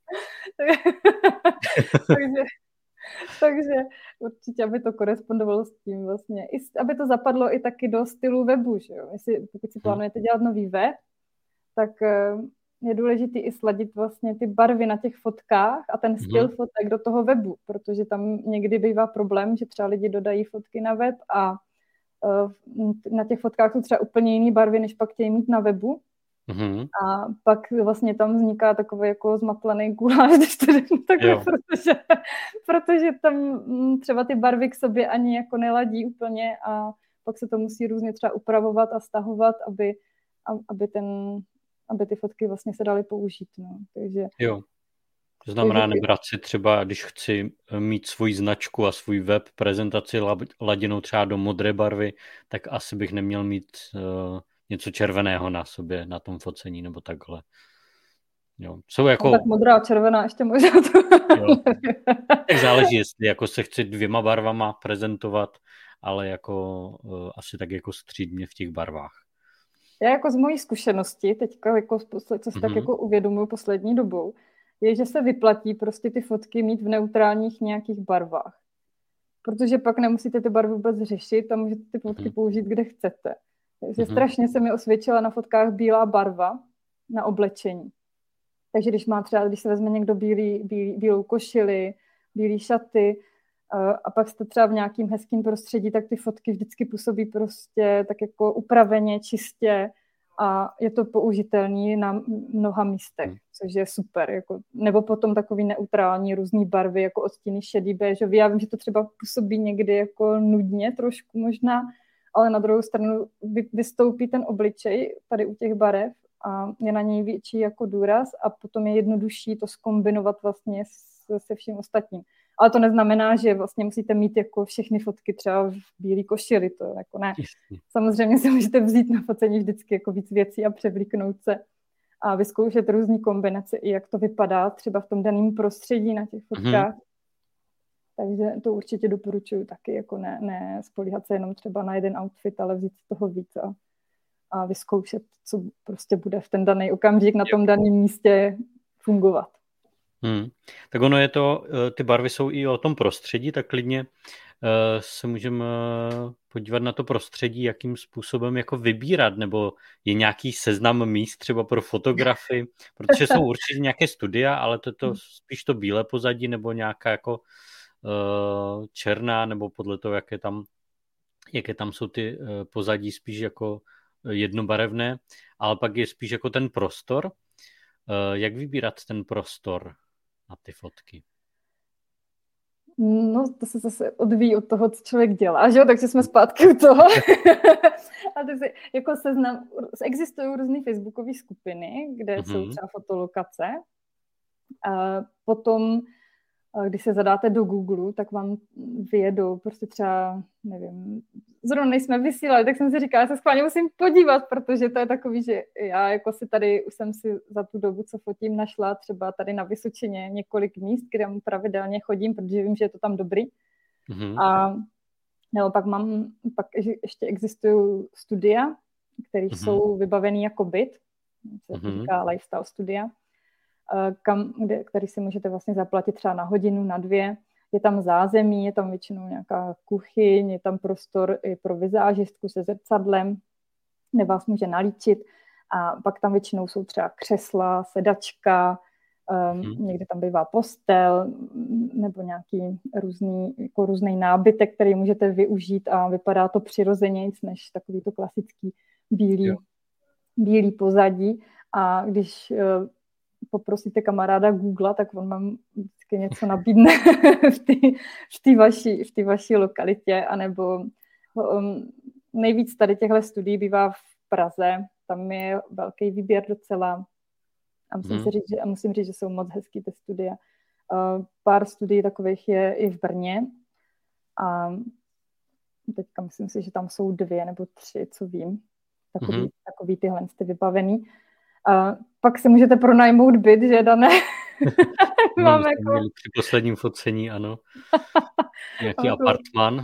Takže určitě, aby to korespondovalo s tím vlastně. Aby to zapadlo i taky do stylu webu, že jo? Pokud si plánujete dělat nový web, tak je důležité i sladit vlastně ty barvy na těch fotkách a ten styl fotek do toho webu, protože tam někdy bývá problém, že třeba lidi dodají fotky na web a na těch fotkách jsou třeba úplně jiný barvy, než pak chtějí mít na webu. A pak vlastně tam vzniká takový jako zmatlaný guláš, když to řeknu takhle, protože tam třeba ty barvy k sobě ani jako neladí úplně a pak se to musí různě třeba upravovat a stahovat, aby ty fotky vlastně se daly použít. No. Takže, jo. To znamená nebrat si třeba, když chci mít svoji značku a svůj web prezentaci laděnou třeba do modré barvy, tak asi bych neměl mít něco červeného na sobě, na tom focení, nebo takhle. Jo. Jsou jako... tak modrá a červená ještě možná to. Tak záleží, jestli jako se chci 2 barvama prezentovat, ale jako asi tak jako střídmě v těch barvách. Já jako z mojí zkušenosti, teďka jako, co si tak jako uvědomuji poslední dobou, je, že se vyplatí prostě ty fotky mít v neutrálních nějakých barvách. Protože pak nemusíte ty barvy vůbec řešit a můžete ty fotky použít, kde chcete. Takže strašně se mi osvědčila na fotkách bílá barva na oblečení. Takže když se vezme někdo bílou košili, bílý šaty a pak jste třeba v nějakým hezkým prostředí, tak ty fotky vždycky působí prostě tak jako upraveně, čistě a je to použitelný na mnoha místech, což je super. Jako, nebo potom takový neutrální různý barvy, jako odstíny šedý, béžový. Já vím, že to třeba působí někdy jako nudně trošku možná, ale na druhou stranu vystoupí ten obličej tady u těch barev a je na něj větší jako důraz a potom je jednodušší to zkombinovat vlastně se vším ostatním. Ale to neznamená, že vlastně musíte mít jako všechny fotky třeba v bílý košili, to jako ne. Samozřejmě si můžete vzít na focení vždycky jako víc věcí a převlíknout se a vyzkoušet různý kombinace i jak to vypadá třeba v tom daném prostředí na těch fotkách. Takže to určitě doporučuji taky, jako ne spolíhat se jenom třeba na jeden outfit, ale vzít z toho víc a vyzkoušet, co prostě bude v ten daný okamžik na tom daném místě fungovat. Tak ono je to, ty barvy jsou i o tom prostředí, tak klidně se můžeme podívat na to prostředí, jakým způsobem jako vybírat, nebo je nějaký seznam míst třeba pro fotografy, protože jsou určitě nějaké studia, ale to je to spíš to bílé pozadí, nebo nějaká jako černá, nebo podle toho, jaké tam jsou ty pozadí spíš jako jednobarevné, ale pak je spíš jako ten prostor. Jak vybírat ten prostor na ty fotky? No, to se zase odvíjí od toho, co člověk dělá, že jo? Takže jsme zpátky u toho. A to si, jako existují různé facebookové skupiny, kde jsou třeba fotolokace. A potom, když se zadáte do Google, tak vám vyjedou prostě třeba, nevím, zrovna nejsme vysílali, tak jsem si říkala, že se schválně musím podívat, protože to je takový, že já jako si tady, už jsem si za tu dobu, co fotím, našla třeba tady na Vysočině několik míst, kde pravidelně chodím, protože vím, že je to tam dobrý. A nebo pak ještě existují studia, které jsou vybavený jako byt se říká lifestyle studia, který si můžete vlastně zaplatit třeba na hodinu, na 2. Je tam zázemí, je tam většinou nějaká kuchyň, je tam prostor i pro vizážistku se zrcadlem, kde vás může nalíčit. A pak tam většinou jsou třeba křesla, sedačka, někde tam bývá postel nebo nějaký různý nábytek, který můžete využít a vypadá to přirozenějc než takový to klasický bílý pozadí. A když poprosíte kamaráda Google, tak on vám vždycky něco nabídne v té vaší lokalitě, anebo nejvíc tady těchto studií bývá v Praze, tam je velký výběr docela a musím říct, že jsou moc hezký ty studie. Pár studií takových je i v Brně a teďka myslím si, že tam jsou 2 nebo 3, co vím, takový tyhle ty vybavený. Pak si můžete pronajmout byt, že Dané? Máme jako... Při posledním focení, ano. Nějaký apartman.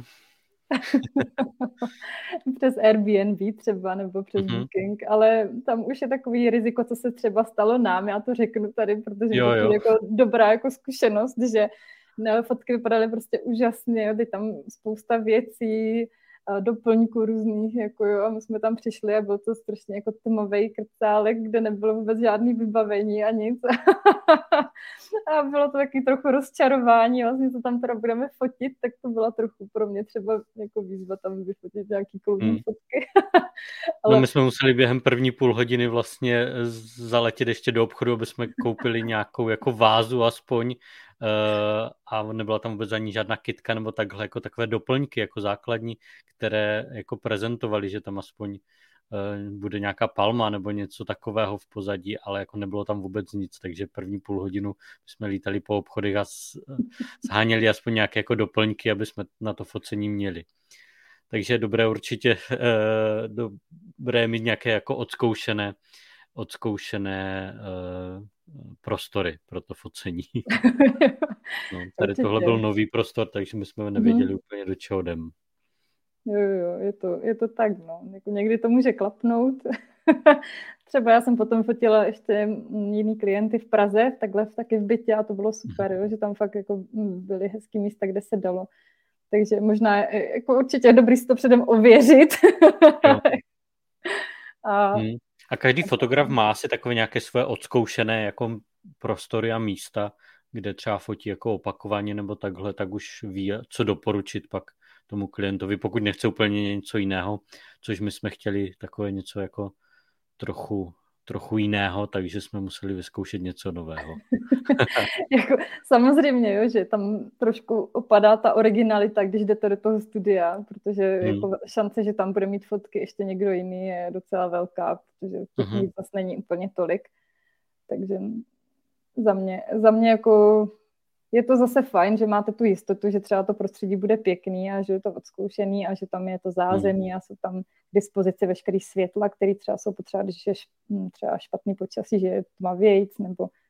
Přes Airbnb třeba, nebo přes Booking, ale tam už je takový riziko, co se třeba stalo nám, já to řeknu tady, protože to je jako dobrá jako zkušenost, že fotky vypadaly prostě úžasně, je tam spousta věcí, doplňků různých, jako a my jsme tam přišli a byl to strašně jako tmavej krcálek, kde nebylo vůbec žádný vybavení a nic. A bylo to taky trochu rozčarování, vlastně co tam teda budeme fotit, tak to byla trochu pro mě třeba jako výzva tam vyfotit nějaký klubní fotky. Ale... No my jsme museli během první půl hodiny vlastně zaletět ještě do obchodu, aby jsme koupili nějakou jako vázu aspoň, a nebyla tam vůbec ani žádná kytka nebo takhle, jako takové doplňky jako základní, které jako prezentovali, že tam aspoň bude nějaká palma nebo něco takového v pozadí, ale jako nebylo tam vůbec nic, takže první půl hodinu jsme lítali po obchodech a zháněli aspoň nějaké jako doplňky, aby jsme na to focení měli. Takže je dobré určitě dobré mít nějaké jako odzkoušené prostory pro to focení. No, tady tohle byl nový prostor, takže my jsme nevěděli úplně, do čeho jdem. Jo, je to tak, no. Jako někdy to může klapnout. Třeba já jsem potom fotila ještě jiný klienty v Praze, takhle taky v bytě a to bylo super, jo, že tam fakt jako byly hezký místa, kde se dalo. Takže možná jako určitě je dobrý si to předem ověřit. A každý fotograf má asi takové nějaké své odzkoušené jako prostory a místa, kde třeba fotí jako opakovaně nebo takhle, tak už ví, co doporučit pak tomu klientovi, pokud nechce úplně něco jiného, což my jsme chtěli takové něco jako trochu jiného, takže jsme museli vyzkoušet něco nového. Jako, samozřejmě, jo, že tam trošku opadá ta originalita, když jdete do toho studia, protože jako šance, že tam bude mít fotky ještě někdo jiný, je docela velká, protože těch míst zase není úplně tolik. Takže za mě jako je to zase fajn, že máte tu jistotu, že třeba to prostředí bude pěkný a že je to odzkoušený a že tam je to zázemí a jsou tam k dispozici veškerý světla, které třeba jsou potřeba, když je třeba špatný počasí, že je tmavějc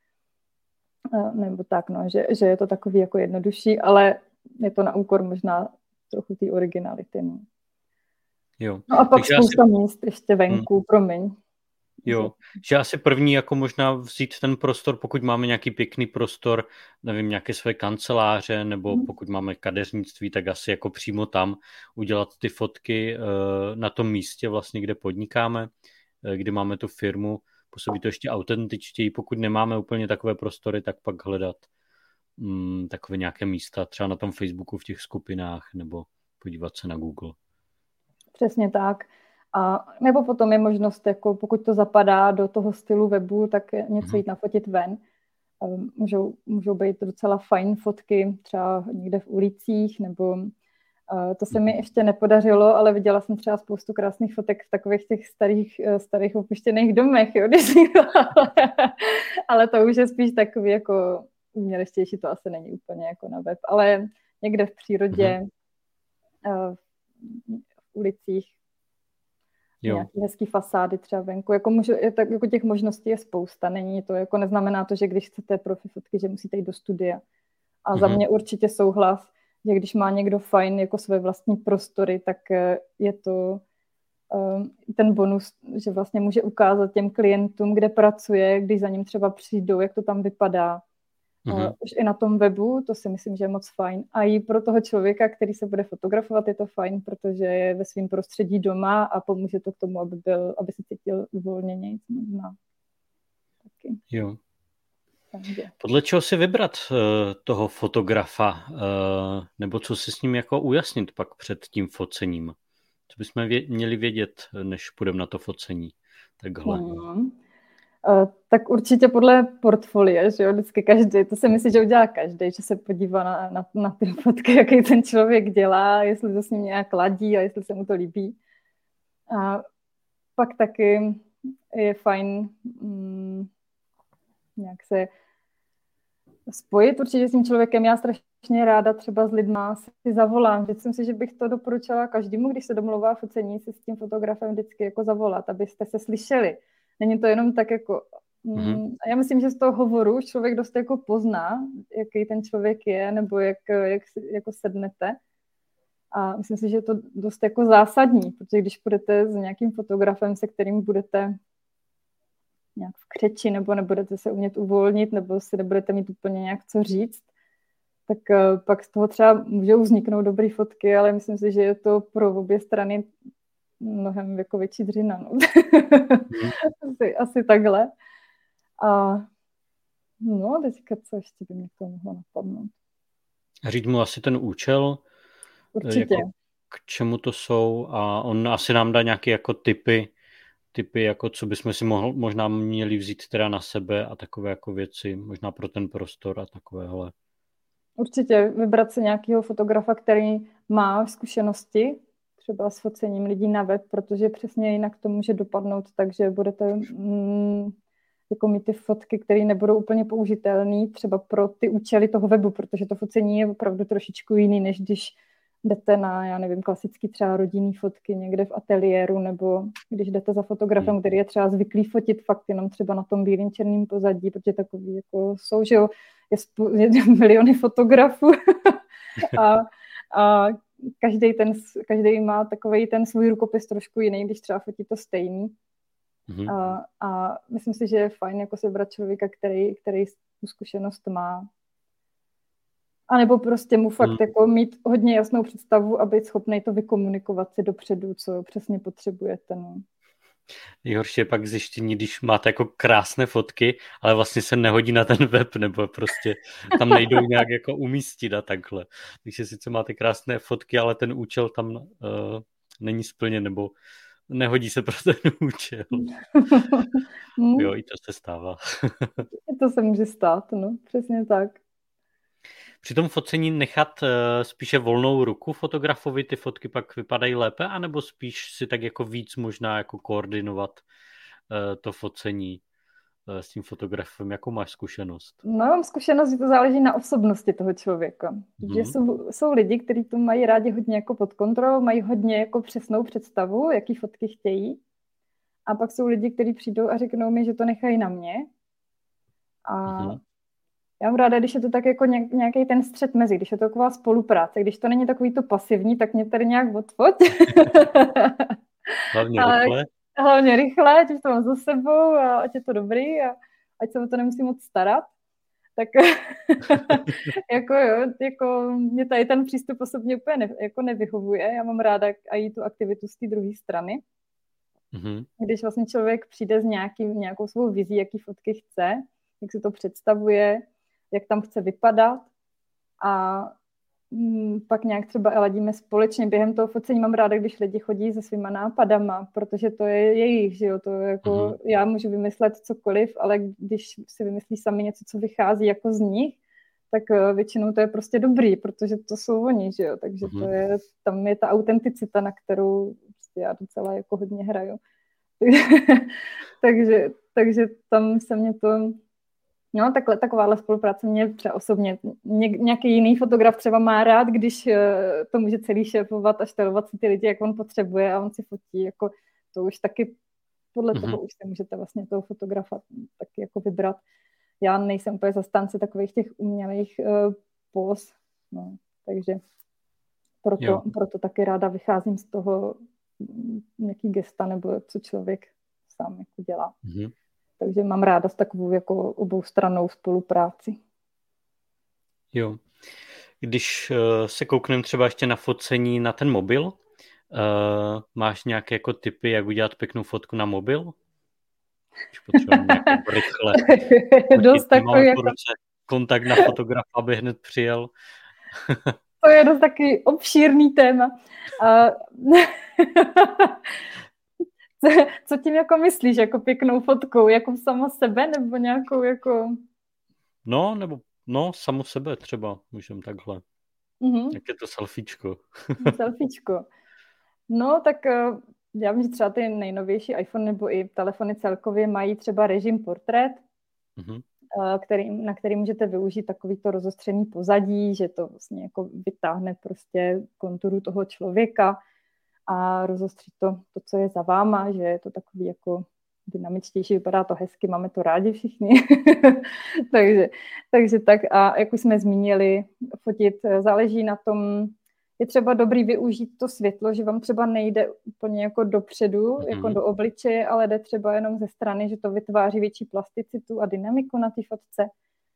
nebo tak, no, že je to takový jako jednodušší, ale je to na úkor možná trochu té originality. No. Jo. No a pak spousta míst ještě venku, promiň. Jo, že asi první jako možná vzít ten prostor, pokud máme nějaký pěkný prostor, nevím, nějaké své kanceláře, nebo pokud máme kadeřnictví, tak asi jako přímo tam udělat ty fotky na tom místě vlastně, kde podnikáme, kde máme tu firmu, působí to ještě autentičtěji, pokud nemáme úplně takové prostory, tak pak hledat takové nějaké místa, třeba na tom Facebooku v těch skupinách, nebo podívat se na Google. Přesně tak. A nebo potom je možnost, jako pokud to zapadá do toho stylu webu, tak něco jít nafotit ven. Můžou být docela fajn fotky, třeba někde v ulicích, nebo to se mi ještě nepodařilo, ale viděla jsem třeba spoustu krásných fotek v takových těch starých opuštěných domech, jo, ale to už je spíš takový jako umělečtější, to asi není úplně jako na web, ale někde v přírodě, v ulicích, nějaký hezký fasády třeba venku. Jako těch možností je spousta. Není to, jako neznamená to, že když chcete profi fotky, že musíte jít do studia. A za mě určitě souhlas, že když má někdo fajn jako své vlastní prostory, tak je to ten bonus, že vlastně může ukázat těm klientům, kde pracuje, když za ním třeba přijdou, jak to tam vypadá. Už i na tom webu, to si myslím, že je moc fajn. A i pro toho člověka, který se bude fotografovat, je to fajn, protože je ve svém prostředí doma a pomůže to k tomu, aby se cítil uvolněněji. Možná. Taky. Jo. Podle čeho si vybrat toho fotografa, nebo co si s ním jako ujasnit pak před tím focením? Co bychom měli vědět, než půjdeme na to focení? Takhle. Tak určitě podle portfolia, že jo, vždycky každý, to si myslí, že udělá každý, že se podívá na ty fotky, jaký ten člověk dělá, jestli to s ním nějak ladí a jestli se mu to líbí. A pak taky je fajn nějak se spojit určitě s tím člověkem. Já strašně ráda třeba s lidma si zavolám. Myslím si, že bych to doporučila každému, když se domluvá focení, si s tím fotografem vždycky jako zavolat, abyste se slyšeli. Není to jenom tak jako... A já myslím, že z toho hovoru člověk dost jako pozná, jaký ten člověk je, nebo jak jako sednete. A myslím si, že je to dost jako zásadní, protože když půjdete s nějakým fotografem, se kterým budete nějak v křeči, nebo nebudete se umět uvolnit, nebo si nebudete mít úplně nějak co říct, tak pak z toho třeba můžou vzniknout dobré fotky, ale myslím si, že je to pro obě strany mnohem jako větší dřina. No. asi takhle. A no, teďka co ještě by mě to mohlo napadnout. Říct mu asi ten účel, určitě. Jako k čemu to jsou, a on asi nám dá nějaké jako tipy, jako co bychom si možná měli vzít teda na sebe a takové jako věci, možná pro ten prostor a takovéhle. Určitě vybrat si nějakého fotografa, který má zkušenosti třeba s focením lidí na web, protože přesně jinak to může dopadnout, takže budete jako mít ty fotky, které nebudou úplně použitelné třeba pro ty účely toho webu, protože to focení je opravdu trošičku jiný, než když jdete na, já nevím, klasický třeba rodinný fotky někde v ateliéru, nebo když jdete za fotografem, který je třeba zvyklý fotit fakt jenom třeba na tom bílým černým pozadí, protože takový jako jsou, že jo, je miliony fotografů a každý má takovej ten svůj rukopis trošku jiný, když třeba fotí to stejný. A myslím si, že je fajn jako se brát člověka, který tu zkušenost má. A nebo prostě mu fakt jako mít hodně jasnou představu a být schopný to vykomunikovat si dopředu, co přesně potřebujete. No. Nejhorší je pak zjištění, když máte jako krásné fotky, ale vlastně se nehodí na ten web, nebo prostě tam nejdou nějak jako umístit a takhle. Takže sice máte krásné fotky, ale ten účel tam není splněn, nebo nehodí se pro ten účel. Jo, i to se stává. To se může stát, no, přesně tak. Při tom focení nechat spíše volnou ruku fotografovi, ty fotky pak vypadají lépe, anebo spíš si tak jako víc možná jako koordinovat to focení s tím fotografem? Jakou máš zkušenost? No, mám zkušenost, že to záleží na osobnosti toho člověka. Že jsou lidi, kteří to mají rádi hodně jako pod kontrolou, mají hodně jako přesnou představu, jaký fotky chtějí. A pak jsou lidi, kteří přijdou a řeknou mi, že to nechají na mě. A já mám ráda, když je to tak jako nějaký ten střed mezi, když je to taková spolupráce. Když to není takový to pasivní, tak mě tady nějak odfoť. Hlavně rychle, ať to mám za sebou a ať je to dobrý a ať se o to nemusím moc starat. Tak jako mě tady ten přístup osobně úplně jako nevyhovuje. Já mám ráda i tu aktivitu z té druhé strany. Když vlastně člověk přijde s nějakou svou vizí, jaký fotky chce, jak si to představuje, jak tam chce vypadat a pak nějak třeba ladíme společně. Během toho focení mám ráda, když lidi chodí se svýma nápadama, protože to je jejich, že jo, to je jako, já můžu vymyslet cokoliv, ale když si vymyslí sami něco, co vychází jako z nich, tak většinou to je prostě dobrý, protože to jsou oni, že jo, takže tam je ta autenticita, na kterou prostě já docela jako hodně hraju. takže tam se mě to... No, takováhle spolupráce mě třeba osobně. Nějaký jiný fotograf třeba má rád, když to může celý šéfovat a štelovat si ty lidi, jak on potřebuje a on si fotí. Jako, to už taky podle toho už si můžete vlastně toho fotografa taky jako vybrat. Já nejsem úplně zastánce takových těch umělých póz, no, takže proto taky ráda vycházím z toho nějaký gesta nebo co člověk sám jako dělá. Mm-hmm. Takže mám ráda takovou jako oboustrannou spolupráci. Jo. Když se koukneme třeba ještě na focení na ten mobil, máš nějaké jako tipy, jak udělat pěknou fotku na mobil? Když potřebujeme nějak jako rychle. Dost takový jako... Kontakt na fotografa, aby hned přijel. To je dost takový obšírný téma. Co tím jako myslíš, jako pěknou fotkou? Jako sama sebe, nebo nějakou jako... No, samu sebe třeba, můžeme takhle. Jak je to selfiečko? Selfiečko. No, tak já vím, že třeba ty nejnovější iPhone nebo i telefony celkově mají třeba režim portrét, na který můžete využít takovýto rozostřený pozadí, že to vlastně jako vytáhne prostě konturu toho člověka a rozostří to, co je za váma, že je to takový jako dynamičtější, vypadá to hezky, máme to rádi všichni. takže tak a jak už jsme zmínili, fotit záleží na tom, je třeba dobrý využít to světlo, že vám třeba nejde úplně jako dopředu, jako do obličeje, ale jde třeba jenom ze strany, že to vytváří větší plasticitu a dynamiku na té fotce.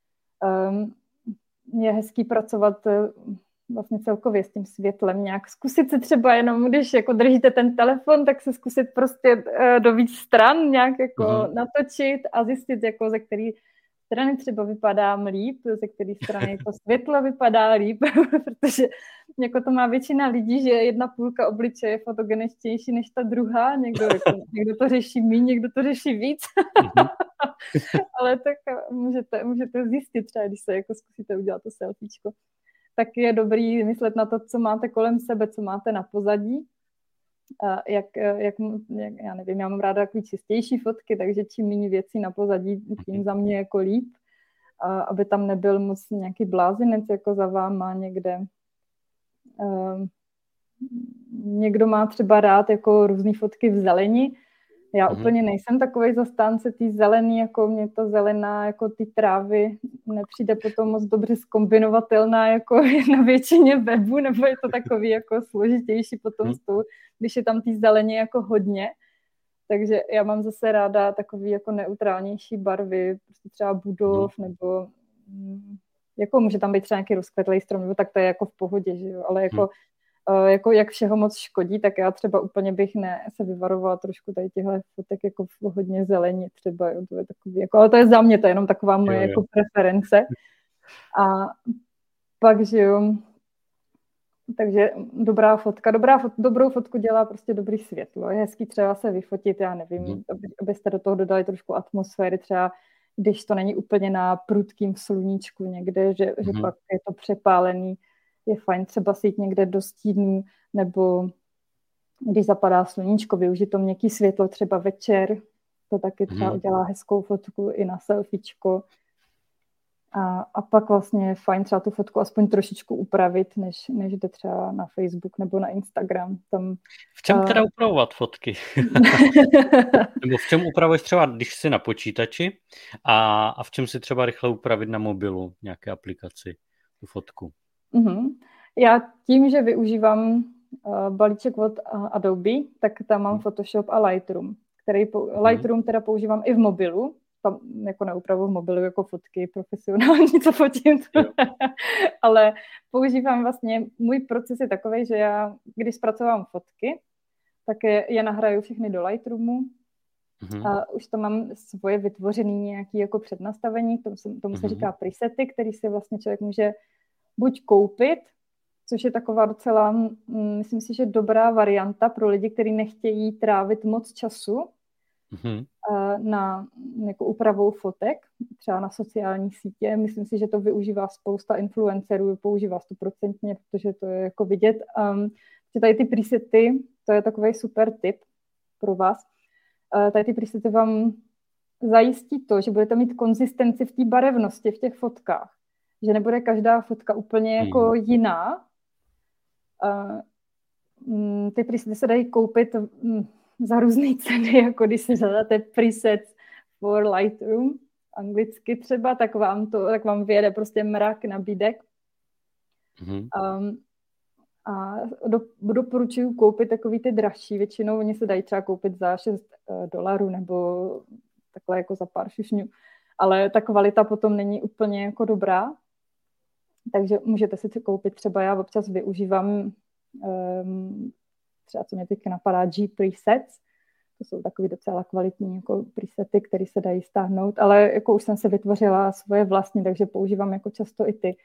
Je hezký pracovat vlastně celkově s tím světlem nějak. Zkusit se třeba jenom, když jako držíte ten telefon, tak se zkusit prostě do víc stran nějak jako natočit a zjistit, jako ze který strany třeba vypadám líp, ze které strany to světlo vypadá líp, protože jako to má většina lidí, že jedna půlka obličeje je fotogeničtější než ta druhá, někdo to řeší míň, někdo to řeší víc, ale tak můžete zjistit třeba, když se jako zkusíte udělat to selfiečko, tak je dobrý myslet na to, co máte kolem sebe, co máte na pozadí. Jak já nevím, já mám ráda takový čistější fotky, takže čím méně věcí na pozadí, tím za mě jako líp, aby tam nebyl moc nějaký blázinec jako za váma někde. Někdo má třeba rád jako různý fotky v zeleni. Já úplně nejsem takovej zastánce té zelený, jako mě ta zelená, jako ty trávy nepřijde potom moc dobře zkombinovatelná jako na většině webu, nebo je to takový jako složitější potom s tou, když je tam ty zeleně jako hodně. Takže já mám zase ráda takový jako neutrálnější barvy, prostě třeba budov, nebo jako může tam být třeba nějaký rozkvetlej strom, nebo tak to je jako v pohodě, že jo, ale jako jak všeho moc škodí, tak já třeba úplně bych se vyvarovala trošku tady těchto fotek jako hodně zelení třeba, jo, to je takový, jako, ale to je za mě, to je jenom taková moje jako preference. A pak, že jo, takže dobrou fotku dělá prostě dobrý světlo. Je hezký třeba se vyfotit, já nevím, abyste do toho dodali trošku atmosféry, třeba když to není úplně na prudkým sluníčku někde, že pak je to přepálený, je fajn třeba si jít někde do stínu, nebo když zapadá sluníčko, využít to měkký světlo třeba večer, to taky třeba udělá hezkou fotku i na selfiečko. A pak vlastně je fajn třeba tu fotku aspoň trošičku upravit, než jde třeba na Facebook nebo na Instagram. V čem teda upravovat fotky? Nebo v čem upravuješ třeba, když jsi na počítači a v čem si třeba rychle upravit na mobilu nějaké aplikaci tu fotku? Já tím, že využívám balíček od Adobe, tak tam mám Photoshop a Lightroom, Lightroom teda používám i v mobilu, tam jako neupravu v mobilu jako fotky profesionální, co fotím, ale používám vlastně, můj proces je takový, že já, když zpracovám fotky, tak je nahraju všechny do Lightroomu a už to mám svoje vytvořené nějaké jako přednastavení, tomu se říká presety, který si vlastně člověk může buď koupit, což je taková docela, myslím si, že dobrá varianta pro lidi, kteří nechtějí trávit moc času na jako úpravou fotek, třeba na sociální sítě. Myslím si, že to využívá spousta influencerů, používá 100%, protože to je jako vidět. Že tady ty presety, to je takový super tip pro vás. Tady ty presety vám zajistí to, že budete mít konzistenci v té barevnosti v těch fotkách. Že nebude každá fotka úplně jako jiná. Ty presety se dají koupit za různé ceny, jako když si zadáte presets for Lightroom, anglicky třeba, tak vám vyjede prostě mrak nabídek. A doporučuji koupit takový ty dražší. Většinou oni se dají třeba koupit za $6 nebo takhle jako za pár šušňů. Ale ta kvalita potom není úplně jako dobrá. Takže můžete si koupit třeba, já občas využívám třeba, co mě teď napadá, G presets. To jsou takový docela kvalitní jako presety, které se dají stáhnout, ale jako už jsem se vytvořila svoje vlastní, takže používám jako často i ty.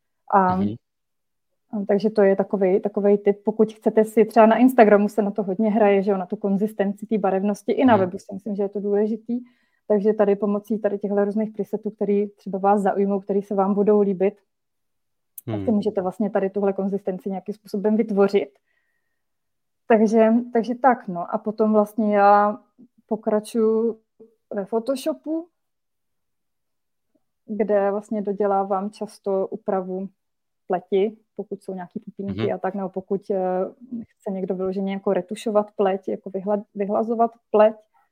Takže to je takovej tip, pokud chcete si, třeba na Instagramu se na to hodně hraje, že jo, na tu konzistenci té barevnosti, i na webu si myslím, že je to důležitý, takže tady pomocí těchto různých presetů, které třeba vás zaujmou, které se vám budou líbit, tak si můžete vlastně tady tuhle konzistenci nějakým způsobem vytvořit. Takže tak, no. A potom vlastně já pokračuju ve Photoshopu, kde vlastně dodělávám často úpravu pleti, pokud jsou nějaký pupínky a tak, nebo pokud chce někdo vyloženě jako retušovat pleť, jako vyhlazovat pleť,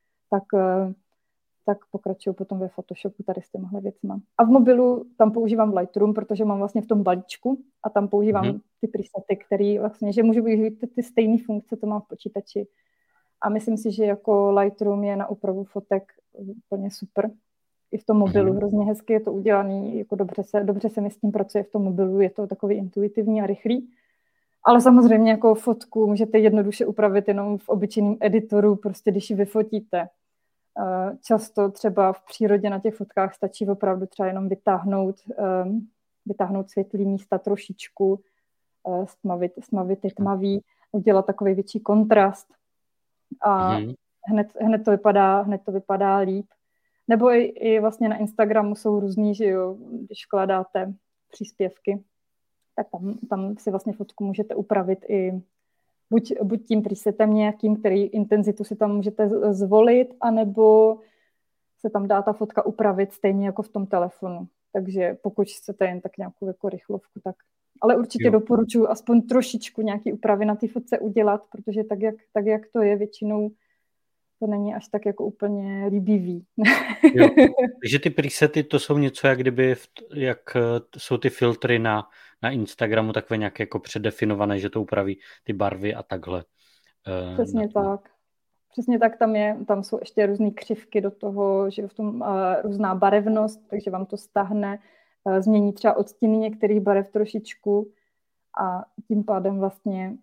tak pokračuju potom ve Photoshopu tady s těmhle věcma. A v mobilu tam používám Lightroom, protože mám vlastně v tom balíčku a tam používám ty presety, které vlastně, že můžu využít ty stejné funkce, to mám v počítači. A myslím si, že jako Lightroom je na úpravu fotek úplně super. I v tom mobilu hrozně hezky je to udělaný, jako dobře se mi s tím pracuje v tom mobilu, je to takový intuitivní a rychlý. Ale samozřejmě jako fotku můžete jednoduše upravit jenom v obyčejném editoru, prostě když ji vyfotíte. Často třeba v přírodě na těch fotkách stačí opravdu třeba jenom vytáhnout světlý místa trošičku, stmavit je tmavý, udělat takový větší kontrast a hned to vypadá líp. Nebo i vlastně na Instagramu jsou různý, že jo, když vkládáte příspěvky, tak tam si vlastně fotku můžete upravit i buď tím presetem nějakým, který intenzitu si tam můžete zvolit, anebo se tam dá ta fotka upravit stejně jako v tom telefonu. Takže pokud chcete jen tak nějakou jako rychlovku, tak... Ale určitě doporučuji aspoň trošičku nějaký úpravy na té fotce udělat, protože tak, jak to je, většinou to není až tak jako úplně líbivý. Jo. Takže ty presety, to jsou něco, jak kdyby, jak jsou ty filtry na Instagramu takové nějaké jako předefinované, že to upraví ty barvy a takhle. Přesně tak. Přesně tak, tam jsou ještě různé křivky do toho, že v tom různá barevnost, takže vám to stáhne, změní třeba odstíny některých barev trošičku a tím pádem vlastně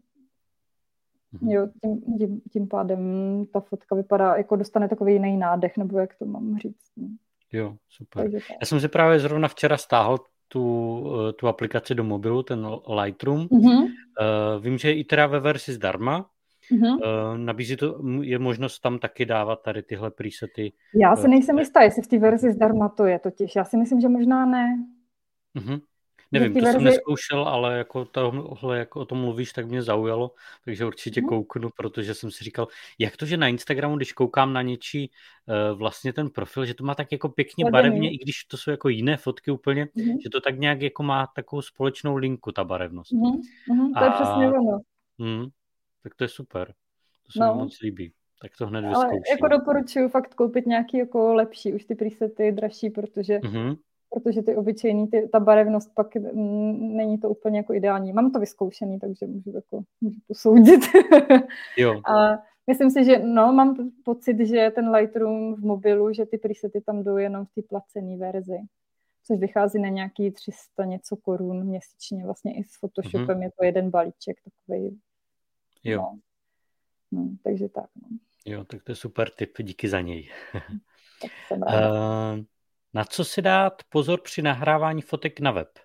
tím pádem ta fotka vypadá, jako dostane takový jiný nádech, nebo jak to mám říct. Jo, super. Já jsem si právě zrovna včera stáhl tu aplikaci do mobilu, ten Lightroom. Vím, že je i teda ve verzi zdarma. Nabízí to, je možnost tam taky dávat tady tyhle presety. Já si nejsem jistá, jestli v té verzi zdarma to je totiž. Já si myslím, že možná ne. Nevím, to jsem neskoušel, ale jako tohle, jak o tom mluvíš, tak mě zaujalo, takže určitě kouknu, protože jsem si říkal, jak to, že na Instagramu, když koukám na něčí vlastně ten profil, že to má tak jako pěkně barevně, i když to jsou jako jiné fotky úplně, že to tak nějak jako má takovou společnou linku, ta barevnost. To je přesně ono. Tak to je super, to se mi moc líbí. Tak to hned vyzkouším. Ale jako doporučuji fakt koupit nějaký jako lepší, už ty presety dražší, protože ty obyčejný, ta barevnost pak není to úplně jako ideální. Mám to vyzkoušený, takže můžu posoudit. Jo. A myslím si, že mám pocit, že ten Lightroom v mobilu, že ty presety tam jdou jenom v té placené verzi, což vychází na nějaký 300 něco korun měsíčně. Vlastně i s Photoshopem je to jeden balíček takovej. Jo. Takže tak. Jo, tak to je super tip, díky za něj. Tak jsem ráda. Na co si dát pozor při nahrávání fotek na web?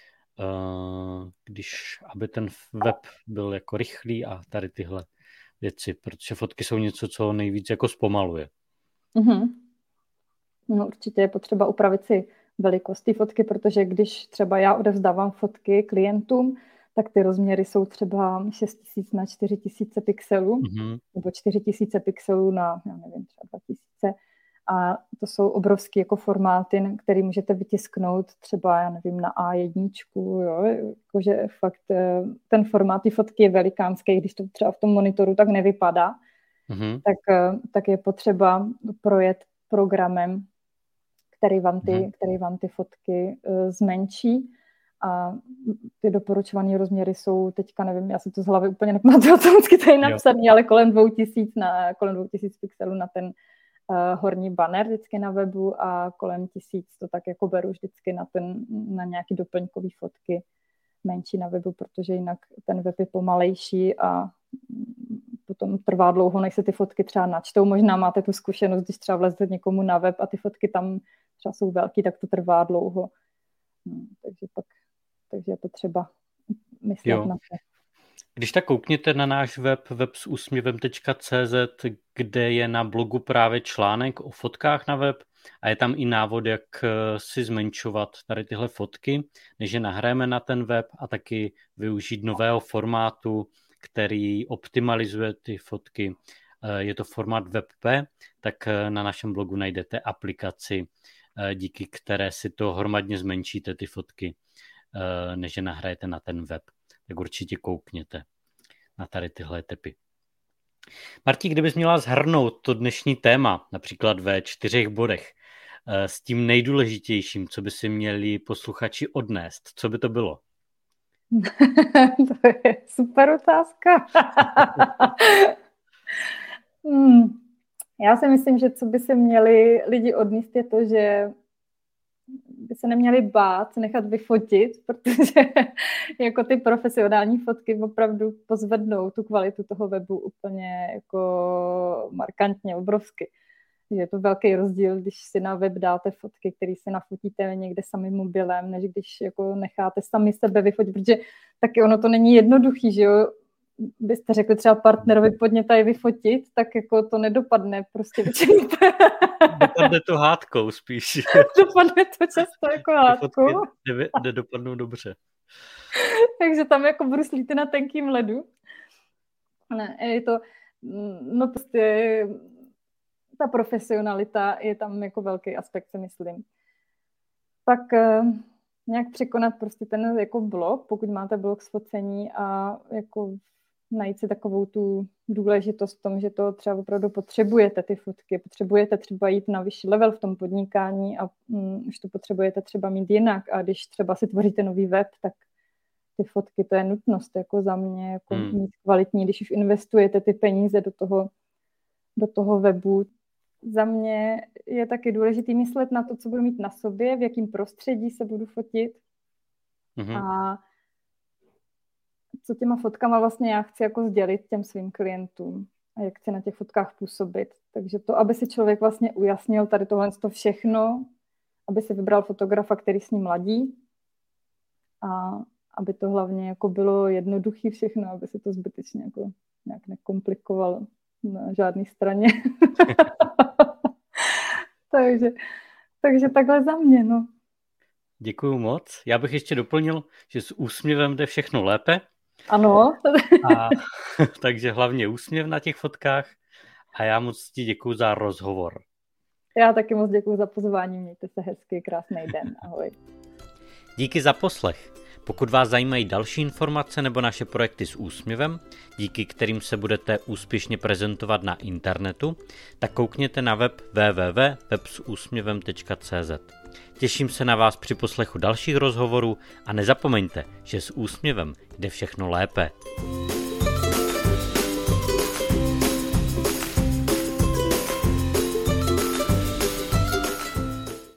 Aby ten web byl jako rychlý a tady tyhle věci, protože fotky jsou něco, co nejvíc jako zpomaluje. No, určitě je potřeba upravit si velikost té fotky, protože když třeba já odevzdávám fotky klientům, tak ty rozměry jsou třeba 6000 na 4000 pixelů, nebo 4000 pixelů na, já nevím, třeba 2000. A to jsou obrovský jako formáty, který můžete vytisknout třeba, já nevím, na A1, jo, jakože fakt ten formát té fotky je velikánský, když to třeba v tom monitoru tak nevypadá, tak je potřeba projet programem, který vám ty fotky zmenší A ty doporučované rozměry jsou teďka, nevím, já si to z hlavy úplně nepamatuju, co vždycky tady napsaný, ale kolem 2000 pixelů na ten horní banner vždycky na webu a kolem 1000 to tak jako beru vždycky na nějaký doplňkový fotky menší na webu, protože jinak ten web je pomalejší a potom trvá dlouho, než se ty fotky třeba načtou. Možná máte tu zkušenost, když třeba vlezete někomu na web a ty fotky tam třeba jsou velký, tak to trvá dlouho. Takže je potřeba myslet na to. Když tak koukněte na náš web websusměvem.cz, kde je na blogu právě článek o fotkách na web a je tam i návod, jak si zmenšovat tady tyhle fotky, než je nahrajeme na ten web a taky využít nového formátu, který optimalizuje ty fotky. Je to formát WebP, tak na našem blogu najdete aplikaci, díky které si to hromadně zmenšíte ty fotky, než je nahrajete na ten web. Tak určitě koukněte na tady tyhle tipy. Marti, kdybys měla shrnout to dnešní téma, například ve 4 bodech, s tím nejdůležitějším, co by si měli posluchači odnést, co by to bylo? To je super otázka. Já si myslím, že co by se měli lidi odnést je to, že by se neměli bát nechat vyfotit, protože jako ty profesionální fotky opravdu pozvednou tu kvalitu toho webu úplně jako markantně, obrovsky. Je to velký rozdíl, když si na web dáte fotky, které si nafotíte někde sami mobilem, než když jako necháte sami sebe vyfotit, protože taky ono to není jednoduchý, že jo. Byste řekli třeba partnerovi, pojďme tady vyfotit, tak jako to nedopadne prostě většinou. Dopadne to hádkou spíš. Dopadne to často jako hádkou. Nedopadnou dobře. Takže tam jako bruslíte na tenkým ledu. Ne, je to, no prostě ta profesionalita je tam jako velký aspekt, si myslím. Pak nějak překonat prostě ten jako blog, pokud máte blog s focení a jako najít si takovou tu důležitost v tom, že to třeba opravdu potřebujete ty fotky, potřebujete třeba jít na vyšší level v tom podnikání a už to potřebujete třeba mít jinak a když třeba si tvoříte nový web, tak ty fotky, to je nutnost jako za mě, jako mít kvalitní, když už investujete ty peníze do toho webu. Za mě je taky důležitý myslet na to, co budu mít na sobě, v jakém prostředí se budu fotit a co těma fotkama vlastně já chci jako sdělit těm svým klientům a jak chci na těch fotkách působit. Takže to, aby si člověk vlastně ujasnil tady tohle všechno, aby si vybral fotografa, který s ním ladí a aby to hlavně jako bylo jednoduchý všechno, aby se to zbytečně jako nějak nekomplikovalo na žádné straně. takže takhle za mě, no. Děkuju moc. Já bych ještě doplnil, že s úsměvem jde všechno lépe. Ano. Takže hlavně úsměv na těch fotkách a já moc ti děkuju za rozhovor. Já taky moc děkuju za pozvání, mějte se hezky, krásný den, ahoj. Díky za poslech. Pokud vás zajímají další informace nebo naše projekty s úsměvem, díky kterým se budete úspěšně prezentovat na internetu, tak koukněte na web www.websusměvem.cz. Těším se na vás při poslechu dalších rozhovorů a nezapomeňte, že s úsměvem jde všechno lépe.